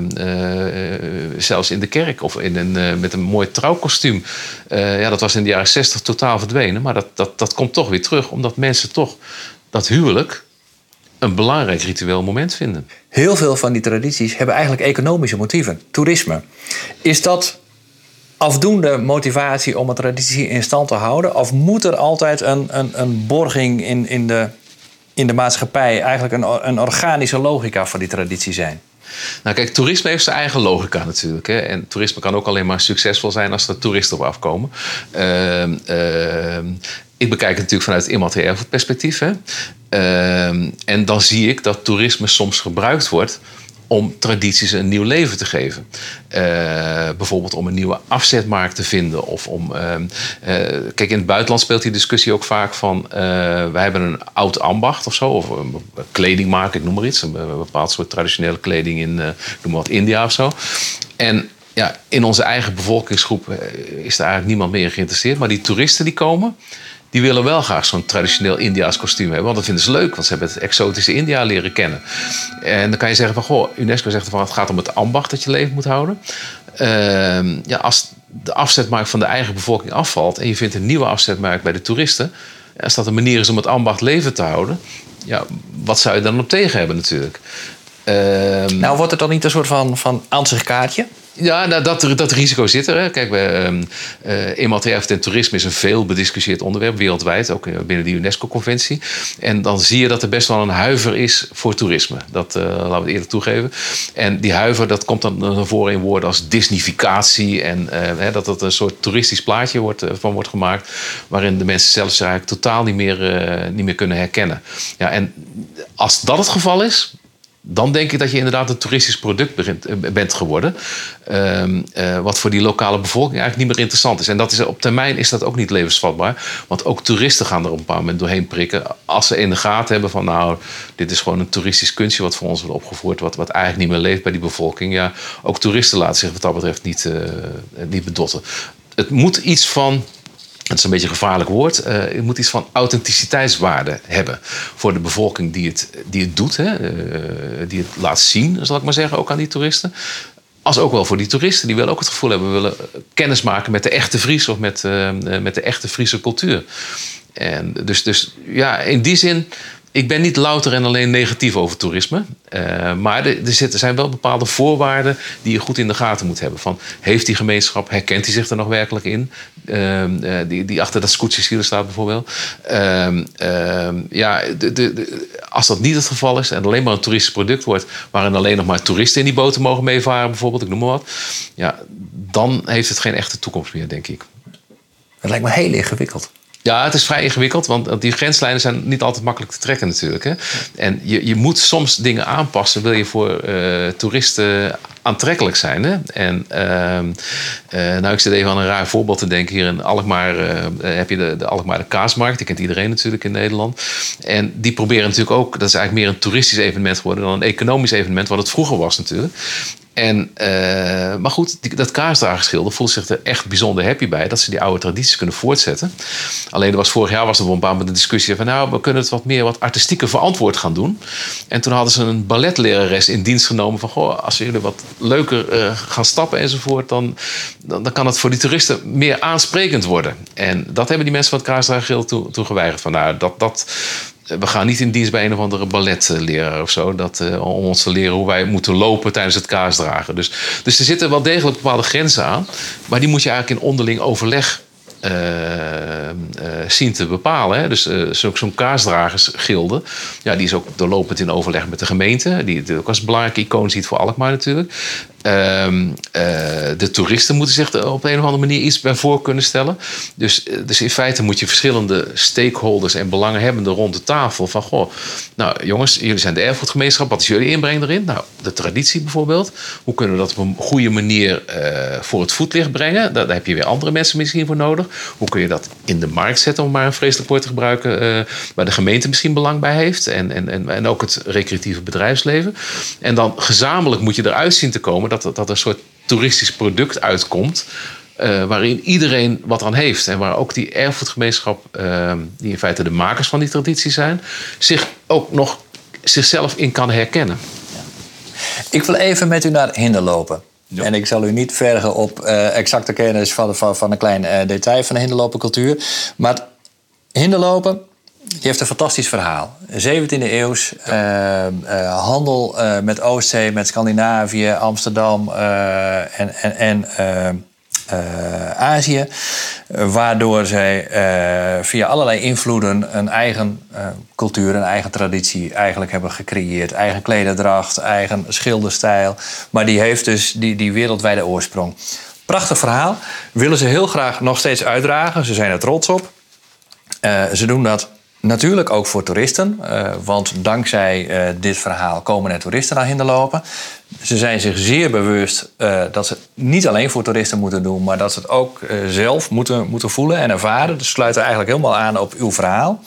uh, zelfs in de kerk of in een, uh, met een mooi trouwkostuum. Uh, ja, dat was in de jaren zestig totaal verdwenen, maar dat, dat, dat komt toch weer terug, omdat mensen toch dat huwelijk een belangrijk ritueel moment vinden. Heel veel van die tradities hebben eigenlijk economische motieven. Toerisme. Is dat afdoende motivatie om een traditie in stand te houden? Of moet er altijd een, een, een borging in, in, de, in de maatschappij, eigenlijk een, een organische logica voor die traditie zijn? Nou kijk, toerisme heeft zijn eigen logica natuurlijk. Hè? En toerisme kan ook alleen maar succesvol zijn als er toeristen op afkomen. Uh, uh, ik bekijk het natuurlijk vanuit het immaterieel erfgoedperspectief. Hè? Uh, en dan zie ik dat toerisme soms gebruikt wordt om tradities een nieuw leven te geven. Uh, bijvoorbeeld om een nieuwe afzetmarkt te vinden. Of om, uh, uh, kijk, in het buitenland speelt die discussie ook vaak van Uh, wij hebben een oud ambacht of zo. Of een kleding maken, ik noem maar iets. Een bepaald soort traditionele kleding in, uh, ik noem maar wat, India of zo. En ja, in onze eigen bevolkingsgroep is er eigenlijk niemand meer geïnteresseerd. Maar die toeristen die komen, die willen wel graag zo'n traditioneel Indiaas kostuum hebben. Want dat vinden ze leuk, want ze hebben het exotische India leren kennen. En dan kan je zeggen van, goh, UNESCO zegt van, het gaat om het ambacht dat je leven moet houden. Uh, ja, als de afzetmarkt van de eigen bevolking afvalt en je vindt een nieuwe afzetmarkt bij de toeristen, als dat een manier is om het ambacht leven te houden, ja, wat zou je dan op tegen hebben natuurlijk? Uh, nou, wordt het dan niet een soort van, van ansichtkaartje? Ja, nou, dat, dat risico zit er. Hè. Kijk, bij uh, immaterieel erfgoed en toerisme is een veel bediscussieerd onderwerp wereldwijd, ook binnen de UNESCO-conventie. En dan zie je dat er best wel een huiver is voor toerisme. Dat uh, laten we het eerlijk toegeven. En die huiver, dat komt dan naar voren in woorden als Disneyficatie en uh, hè, dat het een soort toeristisch plaatje wordt, uh, van wordt gemaakt, waarin de mensen zelf zich eigenlijk totaal niet meer, uh, niet meer kunnen herkennen. Ja, en als dat het geval is, dan denk ik dat je inderdaad een toeristisch product begint, bent geworden. Uh, uh, wat voor die lokale bevolking eigenlijk niet meer interessant is. En dat is, op termijn is dat ook niet levensvatbaar. Want ook toeristen gaan er op een bepaald moment doorheen prikken. Als ze in de gaten hebben van, nou, dit is gewoon een toeristisch kunstje wat voor ons wordt opgevoerd. Wat, wat eigenlijk niet meer leeft bij die bevolking. Ja, ook toeristen laten zich wat dat betreft niet, uh, niet bedotten. Het moet iets van, het is een beetje een gevaarlijk woord, Uh, het moet iets van authenticiteitswaarde hebben voor de bevolking die het, die het doet. Hè, uh, die het laat zien, zal ik maar zeggen, ook aan die toeristen. Als ook wel voor die toeristen. Die willen ook het gevoel hebben, we willen kennis maken met de echte Fries of met, uh, met de echte Friese cultuur. En dus, dus ja, in die zin ik ben niet louter en alleen negatief over toerisme. Uh, maar er, er, zit, er zijn wel bepaalde voorwaarden die je goed in de gaten moet hebben. Van, heeft die gemeenschap, herkent hij zich er nog werkelijk in? Uh, uh, die, die achter dat scootjeswiel staat bijvoorbeeld. Uh, uh, ja, de, de, de, als dat niet het geval is en alleen maar een toeristisch product wordt, waarin alleen nog maar toeristen in die boten mogen meevaren bijvoorbeeld, ik noem maar wat. Ja, dan heeft het geen echte toekomst meer, denk ik. Het lijkt me heel ingewikkeld. Ja, het is vrij ingewikkeld, want die grenslijnen zijn niet altijd makkelijk te trekken natuurlijk. Hè? En je, je moet soms dingen aanpassen, wil je voor uh, toeristen aantrekkelijk zijn. Hè? En uh, uh, nou, ik zit even aan een raar voorbeeld te denken. Hier in Alkmaar uh, heb je de, de Alkmaar de Kaasmarkt. Die kent iedereen natuurlijk in Nederland. En die proberen natuurlijk ook, dat is eigenlijk meer een toeristisch evenement geworden dan een economisch evenement, wat het vroeger was natuurlijk. En, uh, maar goed, die, dat kaasdragersgilde voelt zich er echt bijzonder happy bij dat ze die oude tradities kunnen voortzetten. Alleen er was vorig jaar was er op een bepaald moment een discussie van nou, we kunnen het wat meer wat artistieker verantwoord gaan doen. En toen hadden ze een balletlerares in dienst genomen van goh, als jullie wat leuker uh, gaan stappen enzovoort, dan, dan, dan kan het voor die toeristen meer aansprekend worden. En dat hebben die mensen van het kaasdragersgilde toen, toen geweigerd. Van nou, dat, dat, we gaan niet in dienst bij een of andere balletleraar of zo. Dat, uh, om ons te leren hoe wij moeten lopen tijdens het kaasdragen. Dus, dus er zitten wel degelijk bepaalde grenzen aan. Maar die moet je eigenlijk in onderling overleg uh, uh, zien te bepalen. Hè. Dus uh, zo, zo'n kaasdragersgilde, ja, die is ook doorlopend in overleg met de gemeente. Die, die ook als belangrijke icoon ziet voor Alkmaar natuurlijk. Um, uh, de toeristen moeten zich er op een of andere manier iets bij voor kunnen stellen. Dus, dus in feite moet je verschillende stakeholders en belanghebbenden rond de tafel van goh, nou jongens, jullie zijn de erfgoedgemeenschap, wat is jullie inbreng erin? Nou, de traditie bijvoorbeeld. Hoe kunnen we dat op een goede manier uh, voor het voetlicht brengen? Daar, daar heb je weer andere mensen misschien voor nodig. Hoe kun je dat in de markt zetten, om maar een vreselijk woord te gebruiken, uh, waar de gemeente misschien belang bij heeft en, en, en, en ook het recreatieve bedrijfsleven. En dan gezamenlijk moet je eruit zien te komen dat dat er een soort toeristisch product uitkomt, Uh, waarin iedereen wat aan heeft. En waar ook die erfgoedgemeenschap, uh, die in feite de makers van die traditie zijn, zich ook nog zichzelf in kan herkennen. Ja. Ik wil even met u naar Hinde lopen. Ja. En ik zal u niet vergen op uh, exacte kennis van, van, van een klein uh, detail van de hinderlopencultuur. Maar hinderlopen, die heeft een fantastisch verhaal. zeventiende eeuws, uh, uh, handel uh, met Oostzee, met Scandinavië, Amsterdam uh, en, en, en uh, uh, Azië. Uh, waardoor zij uh, via allerlei invloeden een eigen uh, cultuur, een eigen traditie eigenlijk hebben gecreëerd. Eigen klederdracht, eigen schilderstijl. Maar die heeft dus die, die wereldwijde oorsprong. Prachtig verhaal. Willen ze heel graag nog steeds uitdragen. Ze zijn er trots op. Uh, ze doen dat natuurlijk ook voor toeristen, uh, want dankzij uh, dit verhaal komen er toeristen naar Hinderlopen. Ze zijn zich zeer bewust uh, dat ze het niet alleen voor toeristen moeten doen, maar dat ze het ook uh, zelf moeten, moeten voelen en ervaren. Dus sluiten eigenlijk helemaal aan op uw verhaal.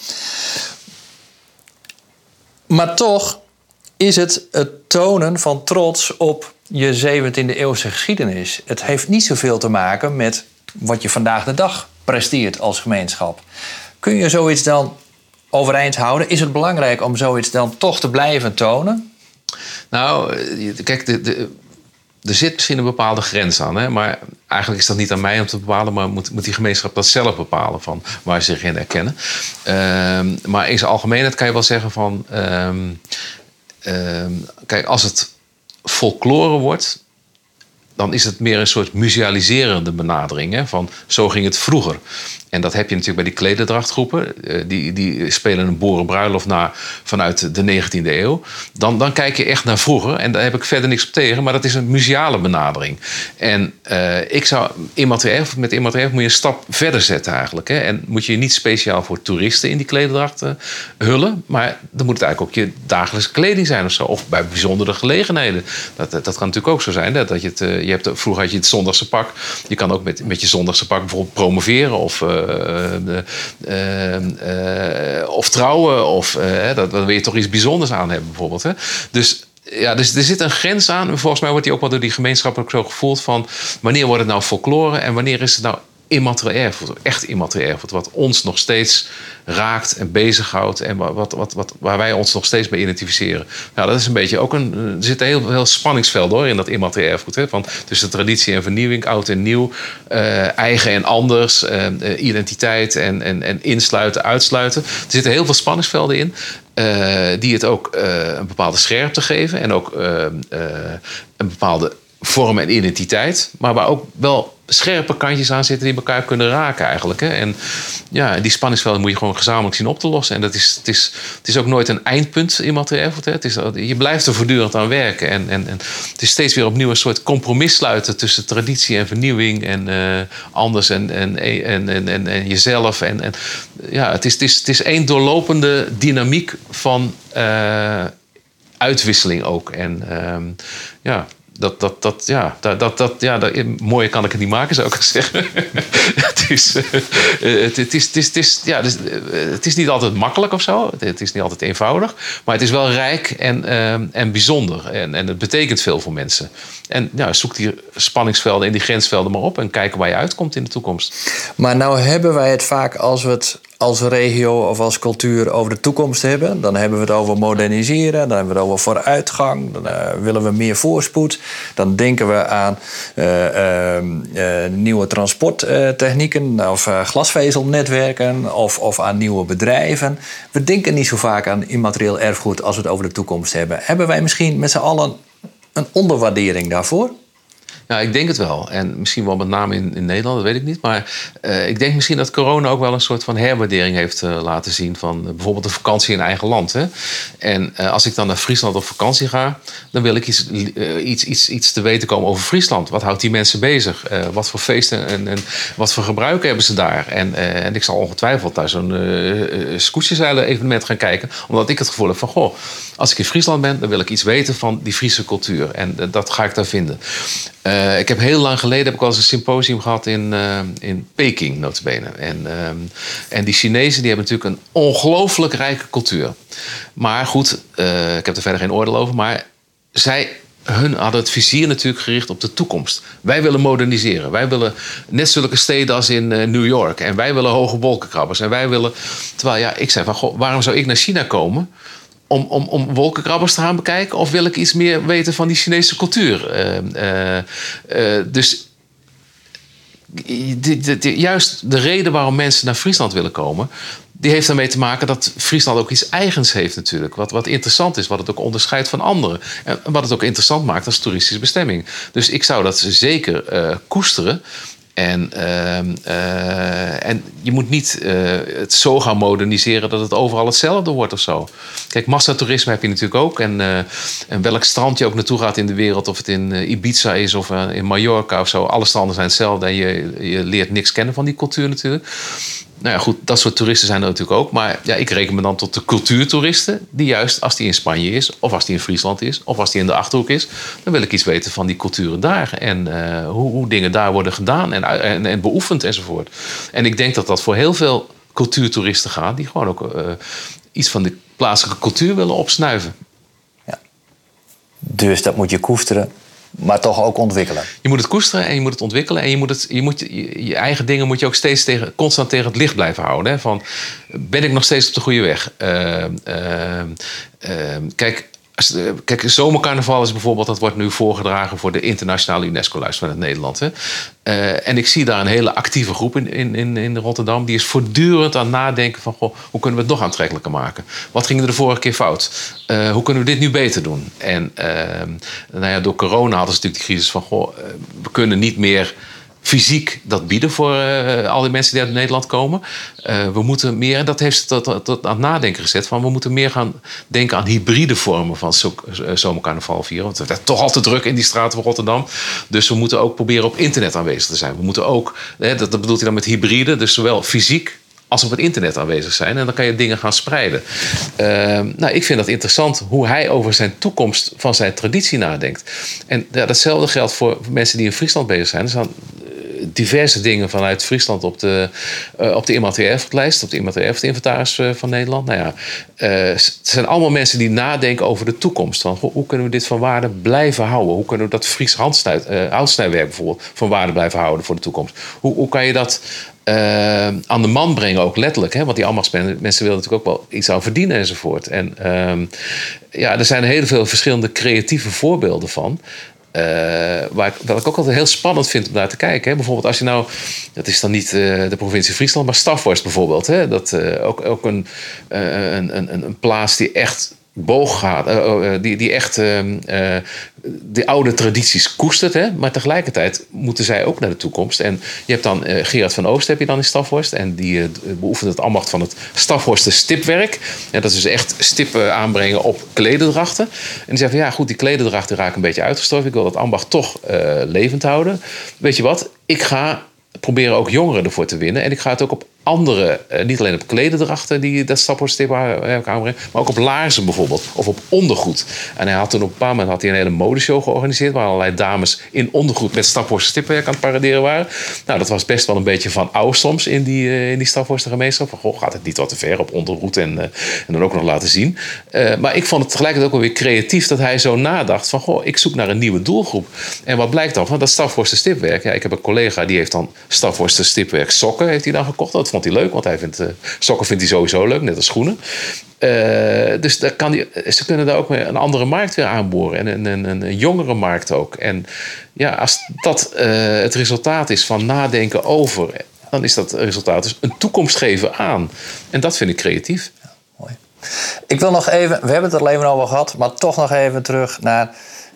Maar toch is het het tonen van trots op je zeventiende eeuwse geschiedenis. Het heeft niet zoveel te maken met wat je vandaag de dag presteert als gemeenschap. Kun je zoiets dan overeind houden? Is het belangrijk om zoiets dan toch te blijven tonen? Nou, kijk, de, de, er zit misschien een bepaalde grens aan. Hè? Maar eigenlijk is dat niet aan mij om te bepalen, maar moet, moet die gemeenschap dat zelf bepalen van waar ze zich in herkennen. Um, maar in zijn algemeenheid kan je wel zeggen van Um, um, kijk, als het folklore wordt, dan is het meer een soort musealiserende benadering. Hè? Van zo ging het vroeger. En dat heb je natuurlijk bij die klederdrachtgroepen. Die, die spelen een boerenbruiloft na vanuit de negentiende eeuw. Dan, dan kijk je echt naar vroeger. En daar heb ik verder niks op tegen. Maar dat is een museale benadering. En uh, ik zou immaterieel, met immaterieel moet je een stap verder zetten eigenlijk. Hè? En moet je je niet speciaal voor toeristen in die klederdracht uh, hullen. Maar dan moet het eigenlijk ook je dagelijkse kleding zijn of zo. Of bij bijzondere gelegenheden. Dat, dat, dat kan natuurlijk ook zo zijn. Hè? Dat je het, uh, je hebt, vroeger had je het zondagse pak. Je kan ook met, met je zondagse pak bijvoorbeeld promoveren. Of Uh, Uh, uh, uh, of trouwen, of uh, dat, dan wil je toch iets bijzonders aan hebben bijvoorbeeld. Hè? Dus ja, dus er zit een grens aan. En volgens mij wordt die ook wel door die gemeenschap ook zo gevoeld van wanneer wordt het nou folklore en wanneer is het nou immaterieel erfgoed, echt immaterieel erfgoed, wat ons nog steeds raakt en bezighoudt en wat, wat, wat, waar wij ons nog steeds mee identificeren. Nou, dat is een beetje ook een. Er zit een heel, heel spanningsveld hoor in dat immaterieel erfgoed. Hè? Van tussen traditie en vernieuwing, oud en nieuw, uh, eigen en anders, uh, identiteit en, en, en insluiten, uitsluiten. Er zitten heel veel spanningsvelden in. Uh, die het ook uh, een bepaalde scherpte geven. En ook uh, uh, een bepaalde vorm en identiteit. Maar waar ook wel scherpe kantjes aan zitten die elkaar kunnen raken eigenlijk. Hè? En ja, die spanningsvelden moet je gewoon gezamenlijk zien op te lossen. En dat is, het, is, het is ook nooit een eindpunt immaterieel erfgoed. Hè? Het is, je blijft er voortdurend aan werken. En, en, en het is steeds weer opnieuw een soort compromis sluiten tussen traditie en vernieuwing. En uh, anders en, en, en, en, en, en jezelf. En, en, ja, het is, het, is, het is één doorlopende dynamiek van uh, uitwisseling ook. En uh, ja... Dat, dat, dat, ja, dat, dat, dat, ja, dat, mooier kan ik het niet maken, zou ik zeggen. het, is, uh, het, het, is, het, is, het, is, ja, het, is, het is niet altijd makkelijk of zo. Het, het is niet altijd eenvoudig. Maar het is wel rijk en, uh, en bijzonder. En, en het betekent veel voor mensen. En ja, zoek die spanningsvelden en die grensvelden maar op. En kijk waar je uitkomt in de toekomst. Maar nou hebben wij het vaak als we het als regio of als cultuur over de toekomst hebben. Dan hebben we het over moderniseren. Dan hebben we het over vooruitgang. Dan uh, willen we meer voorspoed. Dan denken we aan uh, uh, uh, nieuwe transporttechnieken. Of uh, glasvezelnetwerken. Of, of aan nieuwe bedrijven. We denken niet zo vaak aan immaterieel erfgoed als we het over de toekomst hebben. Hebben wij misschien met z'n allen een onderwaardering daarvoor? Ja, ik denk het wel. En misschien wel met name in, in Nederland, dat weet ik niet. Maar uh, ik denk misschien dat corona ook wel een soort van herwaardering heeft uh, laten zien van uh, bijvoorbeeld een vakantie in eigen land. Hè? En uh, als ik dan naar Friesland op vakantie ga, dan wil ik iets, uh, iets, iets, iets te weten komen over Friesland. Wat houdt die mensen bezig? Uh, wat voor feesten en, en wat voor gebruiken hebben ze daar? En, uh, en ik zal ongetwijfeld naar zo'n uh, scootjeszeilen evenement gaan kijken. Omdat ik het gevoel heb van, goh, als ik in Friesland ben, dan wil ik iets weten van die Friese cultuur. En uh, dat ga ik daar vinden. Uh, ik heb heel lang geleden heb ik al eens een symposium gehad in, uh, in Peking, nota bene. En, uh, en die Chinezen die hebben natuurlijk een ongelooflijk rijke cultuur. Maar goed, uh, ik heb er verder geen oordeel over. Maar zij hun hadden het vizier natuurlijk gericht op de toekomst. Wij willen moderniseren. Wij willen net zulke steden als in uh, New York. En wij willen hoge wolkenkrabbers. En wij willen... Terwijl ja, ik zei van, goh, waarom zou ik naar China komen Om, om, om wolkenkrabbers te gaan bekijken? Of wil ik iets meer weten van die Chinese cultuur? Uh, uh, uh, dus de, de, de, juist de reden waarom mensen naar Friesland willen komen, die heeft daarmee te maken dat Friesland ook iets eigens heeft natuurlijk. Wat, wat interessant is, wat het ook onderscheidt van anderen. En wat het ook interessant maakt als toeristische bestemming. Dus ik zou dat zeker uh, koesteren. En, uh, uh, en je moet niet uh, het zo gaan moderniseren dat het overal hetzelfde wordt of zo. Kijk, massatoerisme heb je natuurlijk ook. En, uh, en welk strand je ook naartoe gaat in de wereld, of het in uh, Ibiza is of uh, in Mallorca of zo. Alle stranden zijn hetzelfde en je, je leert niks kennen van die cultuur natuurlijk. Nou ja, goed, dat soort toeristen zijn er natuurlijk ook. Maar ja, ik reken me dan tot de cultuurtoeristen, die juist als die in Spanje is, of als die in Friesland is, of als die in de Achterhoek is, dan wil ik iets weten van die culturen daar. En uh, hoe, hoe dingen daar worden gedaan en, en, en beoefend enzovoort. En ik denk dat dat voor heel veel cultuurtoeristen gaat, die gewoon ook uh, iets van de plaatselijke cultuur willen opsnuiven. Ja. Dus dat moet je koesteren, maar toch ook ontwikkelen. Je moet het koesteren en je moet het ontwikkelen. En je moet, het, je, moet je, je eigen dingen moet je ook steeds tegen, constant tegen het licht blijven houden. Hè? Van, ben ik nog steeds op de goede weg? Uh, uh, uh, kijk, als, uh, kijk, zomercarnaval is bijvoorbeeld, dat wordt nu voorgedragen voor de internationale UNESCO-lijst van het Nederland. Hè? Uh, en ik zie daar een hele actieve groep in, in, in Rotterdam. Die is voortdurend aan het nadenken van, goh, hoe kunnen we het nog aantrekkelijker maken? Wat ging er de vorige keer fout? Uh, hoe kunnen we dit nu beter doen? En uh, nou ja, door corona hadden ze natuurlijk die crisis van, goh, uh, we kunnen niet meer fysiek dat bieden voor uh, al die mensen die uit Nederland komen. Uh, we moeten meer, en dat heeft ze tot, tot, tot aan het nadenken gezet, van we moeten meer gaan denken aan hybride vormen van zo, uh, zomercarnaval vieren. Want het is toch al te druk in die straten van Rotterdam. Dus we moeten ook proberen op internet aanwezig te zijn. We moeten ook, hè, dat, dat bedoelt hij dan met hybride, dus zowel fysiek als op het internet aanwezig zijn. En dan kan je dingen gaan spreiden. Uh, nou, ik vind dat interessant hoe hij over zijn toekomst van zijn traditie nadenkt. En ja, datzelfde geldt voor mensen die in Friesland bezig zijn. Er zijn diverse dingen vanuit Friesland op de, uh, op de immaterieel erfgoedlijst, op de immaterieel erfgoedinventaris uh, van Nederland. Nou ja, uh, het zijn allemaal mensen die nadenken over de toekomst. Van, hoe kunnen we dit van waarde blijven houden? Hoe kunnen we dat Fries handsnij, uh, houtsnijwerk bijvoorbeeld van waarde blijven houden voor de toekomst? Hoe, hoe kan je dat Uh, aan de man brengen, ook letterlijk. Hè? Want die ambachtsmensen willen natuurlijk ook wel iets aan verdienen enzovoort. En uh, ja, er zijn heel veel verschillende creatieve voorbeelden van. Uh, waar ik, wat ik ook altijd heel spannend vind om naar te kijken. Hè. Bijvoorbeeld als je nou, dat is dan niet uh, de provincie Friesland, maar Staphorst bijvoorbeeld. Hè. Dat uh, ook, ook een, uh, een, een, een plaats die echt boog gaat, uh, uh, die, die echt uh, uh, de oude tradities koestert. Hè? Maar tegelijkertijd moeten zij ook naar de toekomst. En je hebt dan uh, Gerard van Oost heb je dan in Staphorst. En die uh, beoefent het ambacht van het Staphorster stipwerk. En dat is dus echt stippen aanbrengen op klederdrachten. En die zeggen van ja goed, die klederdrachten raken een beetje uitgestorven. Ik wil dat ambacht toch uh, levend houden. Weet je wat, ik ga proberen ook jongeren ervoor te winnen. En ik ga het ook op andere, uh, niet alleen op klederdrachten die dat Staphorststip aanbrengen, maar ook op laarzen bijvoorbeeld. Of op ondergoed. En hij had toen op een bepaald moment had hij een hele modeshow georganiseerd waar allerlei dames in ondergoed met Staphorster stipwerk aan het paraderen waren. Nou, dat was best wel een beetje van oude soms in die, uh, in die Staphorster gemeenschap. Van, goh, gaat het niet wat te ver op ondergoed en, uh, en dan ook nog laten zien. Uh, maar ik vond het tegelijkertijd ook wel weer creatief dat hij zo nadacht van, goh, ik zoek naar een nieuwe doelgroep. En wat blijkt dan? Van dat Staphorster stipwerk. Ja, ik heb een collega die heeft dan Staphorster stipwerk sokken heeft hij dan gekocht. Dat vond hij leuk, want hij vindt, uh, sokken vindt hij sowieso leuk, net als schoenen. Uh, dus daar kan die, ze kunnen daar ook weer een andere markt weer aanboren. En een, een, een, een jongere markt ook. En ja, als dat uh, het resultaat is van nadenken over, dan is dat resultaat dus een toekomst geven aan. En dat vind ik creatief. Ja, mooi. Ik wil nog even, we hebben het er al even over gehad, maar toch nog even terug naar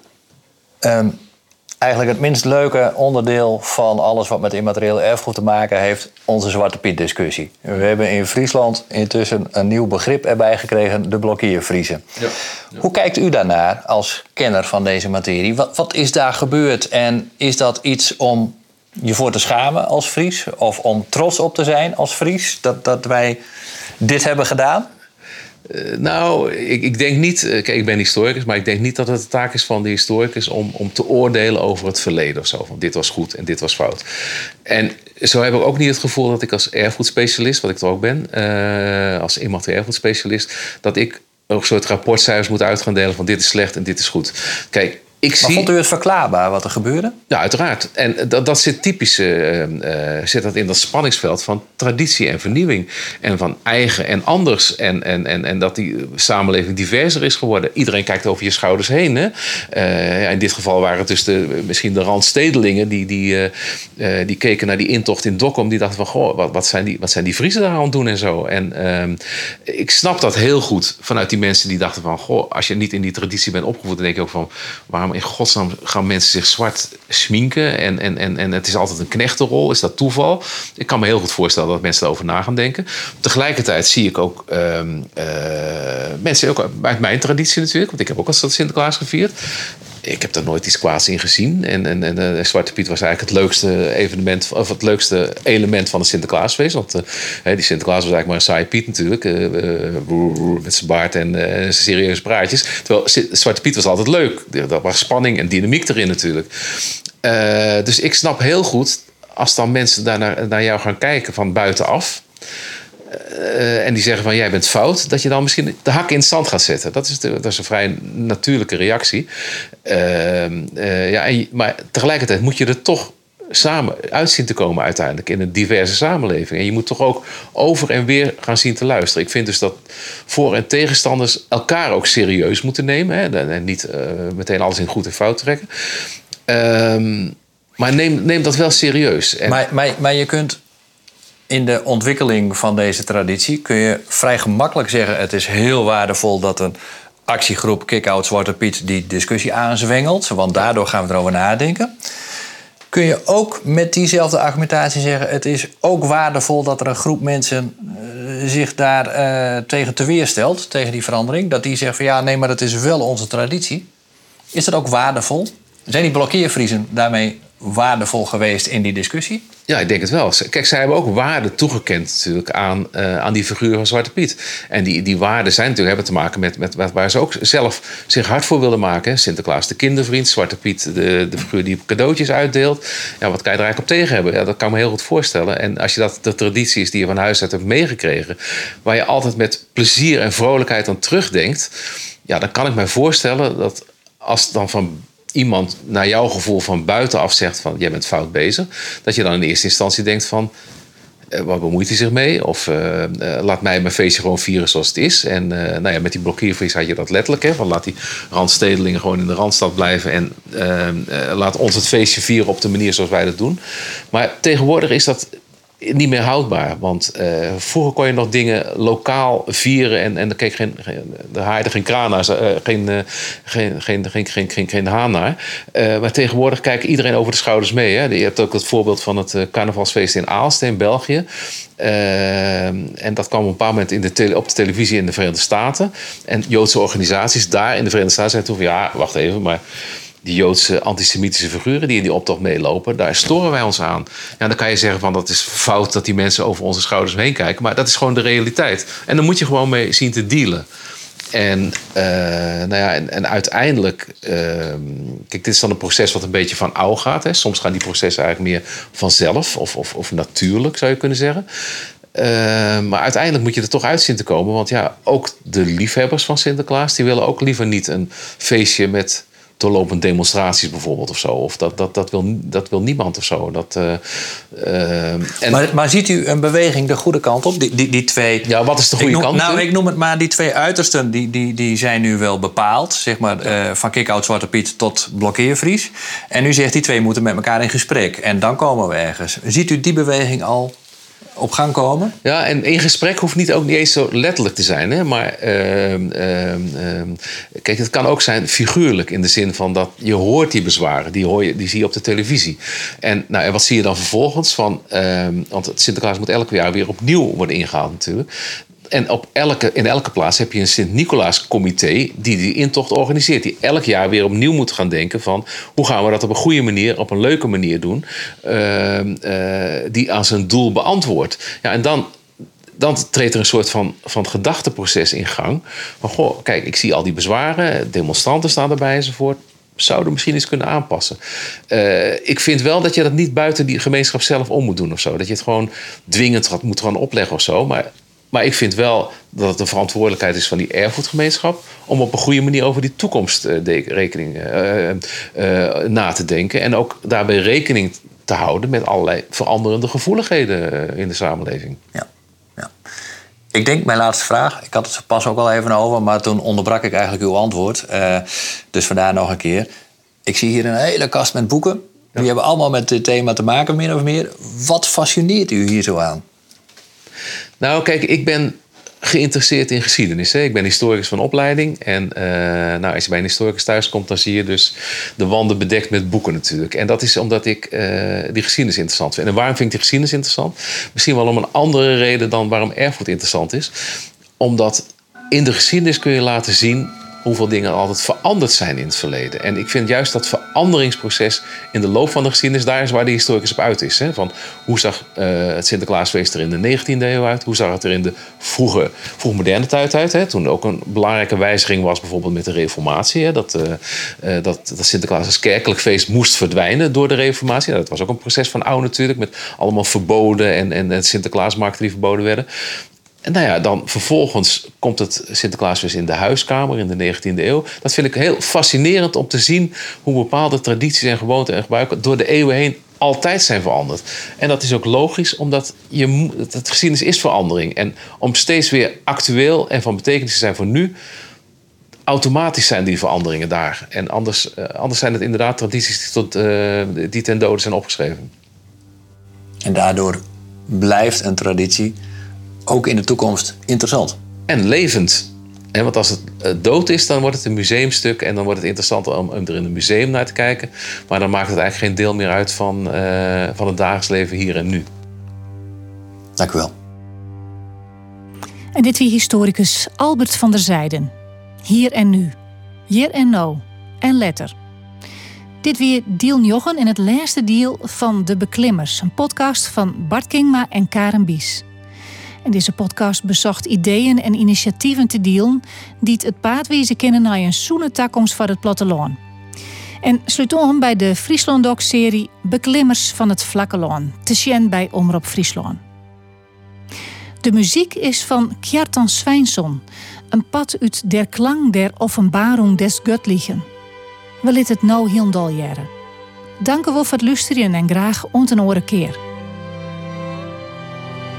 Um, eigenlijk het minst leuke onderdeel van alles wat met immaterieel erfgoed te maken heeft, onze Zwarte Piet discussie. We hebben in Friesland intussen een nieuw begrip erbij gekregen, de blokkeervriezen. Ja, ja. Hoe kijkt u daarnaar als kenner van deze materie? Wat, wat is daar gebeurd en is dat iets om je voor te schamen als Fries of om trots op te zijn als Fries dat, dat wij dit hebben gedaan? Uh, nou, ik, ik denk niet... Uh, kijk, ik ben historicus, maar ik denk niet dat het de taak is van de historicus om, om te oordelen over het verleden of zo. Van dit was goed en dit was fout. En zo heb ik ook niet het gevoel dat ik als erfgoedspecialist, wat ik toch ook ben, uh, als immaterieel erfgoedspecialist, dat ik ook een soort rapportcijfers moet uit gaan delen van dit is slecht en dit is goed. Kijk, ik maar zie... vond u het verklaarbaar wat er gebeurde? Ja, uiteraard. En dat, dat zit typisch uh, uh, zit dat in dat spanningsveld van traditie en vernieuwing. En van eigen en anders. En, en, en, en dat die samenleving diverser is geworden. Iedereen kijkt over je schouders heen. Hè? Uh, ja, in dit geval waren het dus de, misschien de randstedelingen die, die, uh, uh, die keken naar die intocht in Dokkum. Die dachten van, goh, wat, wat, zijn die, wat zijn die Friesen daar aan het doen en zo. En uh, ik snap dat heel goed vanuit die mensen die dachten van, goh, als je niet in die traditie bent opgevoed, dan denk je ook van, waarom in godsnaam gaan mensen zich zwart schminken en, en, en, en het is altijd een knechtenrol. Is dat toeval? Ik kan me heel goed voorstellen dat mensen daarover na gaan denken. Tegelijkertijd zie ik ook uh, uh, mensen, ook uit mijn traditie natuurlijk, want ik heb ook al Sinterklaas gevierd. Ik heb daar nooit iets kwaads in gezien. En, en, en uh, Zwarte Piet was eigenlijk het leukste evenement, of het leukste element van het Sinterklaasfeest. Want uh, die Sinterklaas was eigenlijk maar een saaie Piet natuurlijk. Uh, uh, met zijn baard en uh, zijn serieuze praatjes. Terwijl Zwarte Piet was altijd leuk. Dat was spanning en dynamiek erin natuurlijk. Uh, dus ik snap heel goed, als dan mensen daar naar, naar jou gaan kijken van buitenaf. Uh, en die zeggen van jij bent fout, dat je dan misschien de hak in het zand gaat zetten. Dat is, de, dat is een vrij natuurlijke reactie. Uh, uh, ja, en, maar tegelijkertijd moet je er toch samen uit zien te komen uiteindelijk in een diverse samenleving. En je moet toch ook over en weer gaan zien te luisteren. Ik vind dus dat voor- en tegenstanders elkaar ook serieus moeten nemen. Hè, en niet uh, meteen alles in goed en fout trekken. Uh, maar neem, neem dat wel serieus. En maar, maar, maar je kunt in de ontwikkeling van deze traditie kun je vrij gemakkelijk zeggen, het is heel waardevol dat een actiegroep Kick-Out Zwarte Piet die discussie aanzwengelt, want daardoor gaan we erover nadenken. Kun je ook met diezelfde argumentatie zeggen, het is ook waardevol dat er een groep mensen uh, zich daar uh, tegen te weerstelt, tegen die verandering, dat die zeggen van ja, nee, maar dat is wel onze traditie. Is dat ook waardevol? Zijn die blokkeervriezen daarmee waardevol geweest in die discussie? Ja, ik denk het wel. Kijk, zij hebben ook waarde toegekend natuurlijk aan, uh, aan die figuur van Zwarte Piet. En die, die waarden zijn natuurlijk, hebben te maken met, met, met waar ze ook zelf zich hard voor willen maken. Sinterklaas de kindervriend, Zwarte Piet de, de figuur die cadeautjes uitdeelt. Ja, wat kan je er eigenlijk op tegen hebben? Ja, dat kan ik me heel goed voorstellen. En als je dat de traditie is die je van huis uit hebt meegekregen, waar je altijd met plezier en vrolijkheid aan terugdenkt, ja, dan kan ik me voorstellen dat als dan van iemand naar jouw gevoel van buitenaf zegt van jij bent fout bezig, dat je dan in eerste instantie denkt van Waar bemoeit hij zich mee? Of uh, uh, laat mij mijn feestje gewoon vieren zoals het is. En uh, nou ja, met die blokkeervries had je dat letterlijk. Hè, van laat die randstedelingen gewoon in de Randstad blijven. En uh, uh, laat ons het feestje vieren op de manier zoals wij dat doen. Maar tegenwoordig is dat niet meer houdbaar. Want uh, vroeger kon je nog dingen lokaal vieren. En, en er keek geen, geen, de haaide geen kraan naar. Uh, geen, uh, geen, geen, geen, geen, geen, geen haan naar. Uh, maar tegenwoordig kijkt iedereen over de schouders mee. Hè. Je hebt ook het voorbeeld van het uh, carnavalsfeest in Aalst in België. Uh, en dat kwam op een bepaald moment in de tele, op de televisie in de Verenigde Staten. En Joodse organisaties daar in de Verenigde Staten zeiden toen van ja, wacht even, maar die Joodse antisemitische figuren die in die optocht meelopen, daar storen wij ons aan. Ja, dan kan je zeggen van dat is fout dat die mensen over onze schouders heen kijken. Maar dat is gewoon de realiteit. En dan moet je gewoon mee zien te dealen. En, uh, nou ja, en, en uiteindelijk, uh, kijk, dit is dan een proces wat een beetje van ouw gaat. Hè. Soms gaan die processen eigenlijk meer vanzelf of, of, of natuurlijk, zou je kunnen zeggen. Uh, maar uiteindelijk moet je er toch uit zien te komen. Want ja, ook de liefhebbers van Sinterklaas, die willen ook liever niet een feestje met doorlopend demonstraties bijvoorbeeld of zo. Of dat, dat, dat, wil, dat wil niemand of zo. Dat, uh, uh, en maar, maar ziet u een beweging de goede kant op? Die, die, die twee, ja, wat is de goede ik noem, kant? Nou, ik noem het maar die twee uitersten. Die, die, die zijn nu wel bepaald. Zeg maar, uh, van kick-out Zwarte Piet tot blokkeervries. En u zegt die twee moeten met elkaar in gesprek. En dan komen we ergens. Ziet u die beweging al op gang komen? Ja, en in gesprek hoeft niet ook niet eens zo letterlijk te zijn. Hè? Maar uh, uh, uh, kijk, het kan ook zijn figuurlijk in de zin van dat je hoort die bezwaren. Die, hoor je, die zie je op de televisie. En, nou, en wat zie je dan vervolgens? Van, uh, want het Sinterklaas moet elk jaar weer opnieuw worden ingehaald natuurlijk. En op elke, in elke plaats heb je een Sint-Nicolaas-comité die die intocht organiseert. Die elk jaar weer opnieuw moet gaan denken van hoe gaan we dat op een goede manier, op een leuke manier doen. Uh, uh, die aan zijn doel beantwoordt. Ja, en dan, dan treedt er een soort van, van gedachteproces in gang. Van goh, kijk, ik zie al die bezwaren, demonstranten staan erbij enzovoort. Zouden misschien eens kunnen aanpassen. Uh, ik vind wel dat je dat niet buiten die gemeenschap zelf om moet doen of zo. Dat je het gewoon dwingend moet gaan opleggen of zo. Maar Maar ik vind wel dat het de verantwoordelijkheid is van die erfgoedgemeenschap om op een goede manier over die toekomst uh, de, rekening, uh, uh, na te denken. En ook daarbij rekening te houden met allerlei veranderende gevoeligheden uh, in de samenleving. Ja, ja. Ik denk mijn laatste vraag. Ik had het er pas ook al even over, maar toen onderbrak ik eigenlijk uw antwoord. Uh, dus vandaar nog een keer. Ik zie hier een hele kast met boeken. Die ja. hebben allemaal met dit thema te maken, min of meer. Wat fascineert u hier zo aan? Nou, kijk, ik ben geïnteresseerd in geschiedenis. Hè. Ik ben historicus van opleiding. En uh, nou, als je bij een historicus thuis komt, dan zie je dus de wanden bedekt met boeken natuurlijk. En dat is omdat ik uh, die geschiedenis interessant vind. En waarom vind ik die geschiedenis interessant? Misschien wel om een andere reden dan waarom erfgoed interessant is. Omdat in de geschiedenis kun je laten zien hoeveel dingen altijd veranderd zijn in het verleden. En ik vind juist dat veranderingsproces in de loop van de geschiedenis, daar is waar de historicus op uit is. Hè? Van hoe zag uh, het Sinterklaasfeest er in de negentiende eeuw uit? Hoe zag het er in de vroege, vroeg moderne tijd uit? Hè? Toen ook een belangrijke wijziging was bijvoorbeeld met de reformatie. Hè? Dat, uh, uh, dat, dat Sinterklaas als kerkelijk feest moest verdwijnen door de reformatie. Nou, dat was ook een proces van oude natuurlijk, met allemaal verboden en, en, en Sinterklaasmarkten die verboden werden. En nou ja, dan vervolgens komt het Sinterklaasfeest in de huiskamer in de negentiende eeuw. Dat vind ik heel fascinerend om te zien hoe bepaalde tradities en gewoonten en gebruiken door de eeuwen heen altijd zijn veranderd. En dat is ook logisch, omdat je, het geschiedenis is verandering. En om steeds weer actueel en van betekenis te zijn voor nu, automatisch zijn die veranderingen daar. En anders, uh, anders zijn het inderdaad tradities die, tot, uh, die ten dode zijn opgeschreven. En daardoor blijft een traditie ook in de toekomst interessant. En levend. En want als het dood is, dan wordt het een museumstuk. En dan wordt het interessant om, om er in een museum naar te kijken. Maar dan maakt het eigenlijk geen deel meer uit van, uh, van het dagelijks leven hier en nu. Dank u wel. En dit wie historicus Albert van der Zijden. Hier en nu. Hier en nou. En letter. Dit weer deel negen in het laatste deel van De Beklimmers. Een podcast van Bart Kingma en Karen Bies. En deze podcast bezocht ideeën en initiatieven te delen die het paadwezen kennen naar een zoene toekomst voor het platteland. En sluit aan bij de Friesland Doc-serie Beklimmers van het Vlakke Land, te zien bij Omroep Friesland. De muziek is van Kjartan Swijnsson, een pad uit der klang der Offenbarung des Göttlichen. We liet het nou heel dol jaren. Dank u wel voor het luisteren en graag ont een andere keer.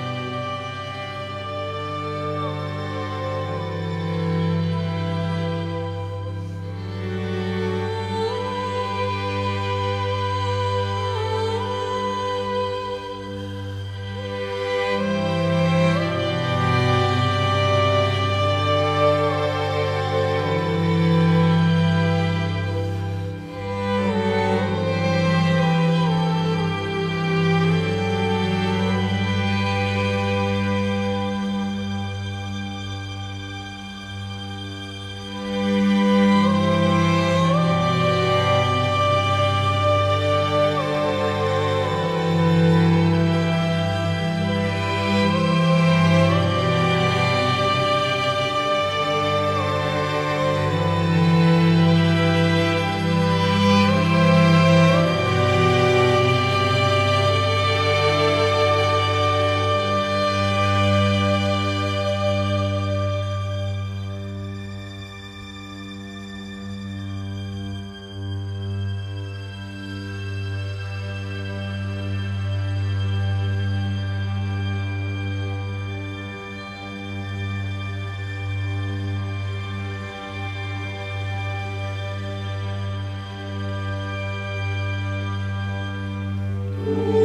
Doei.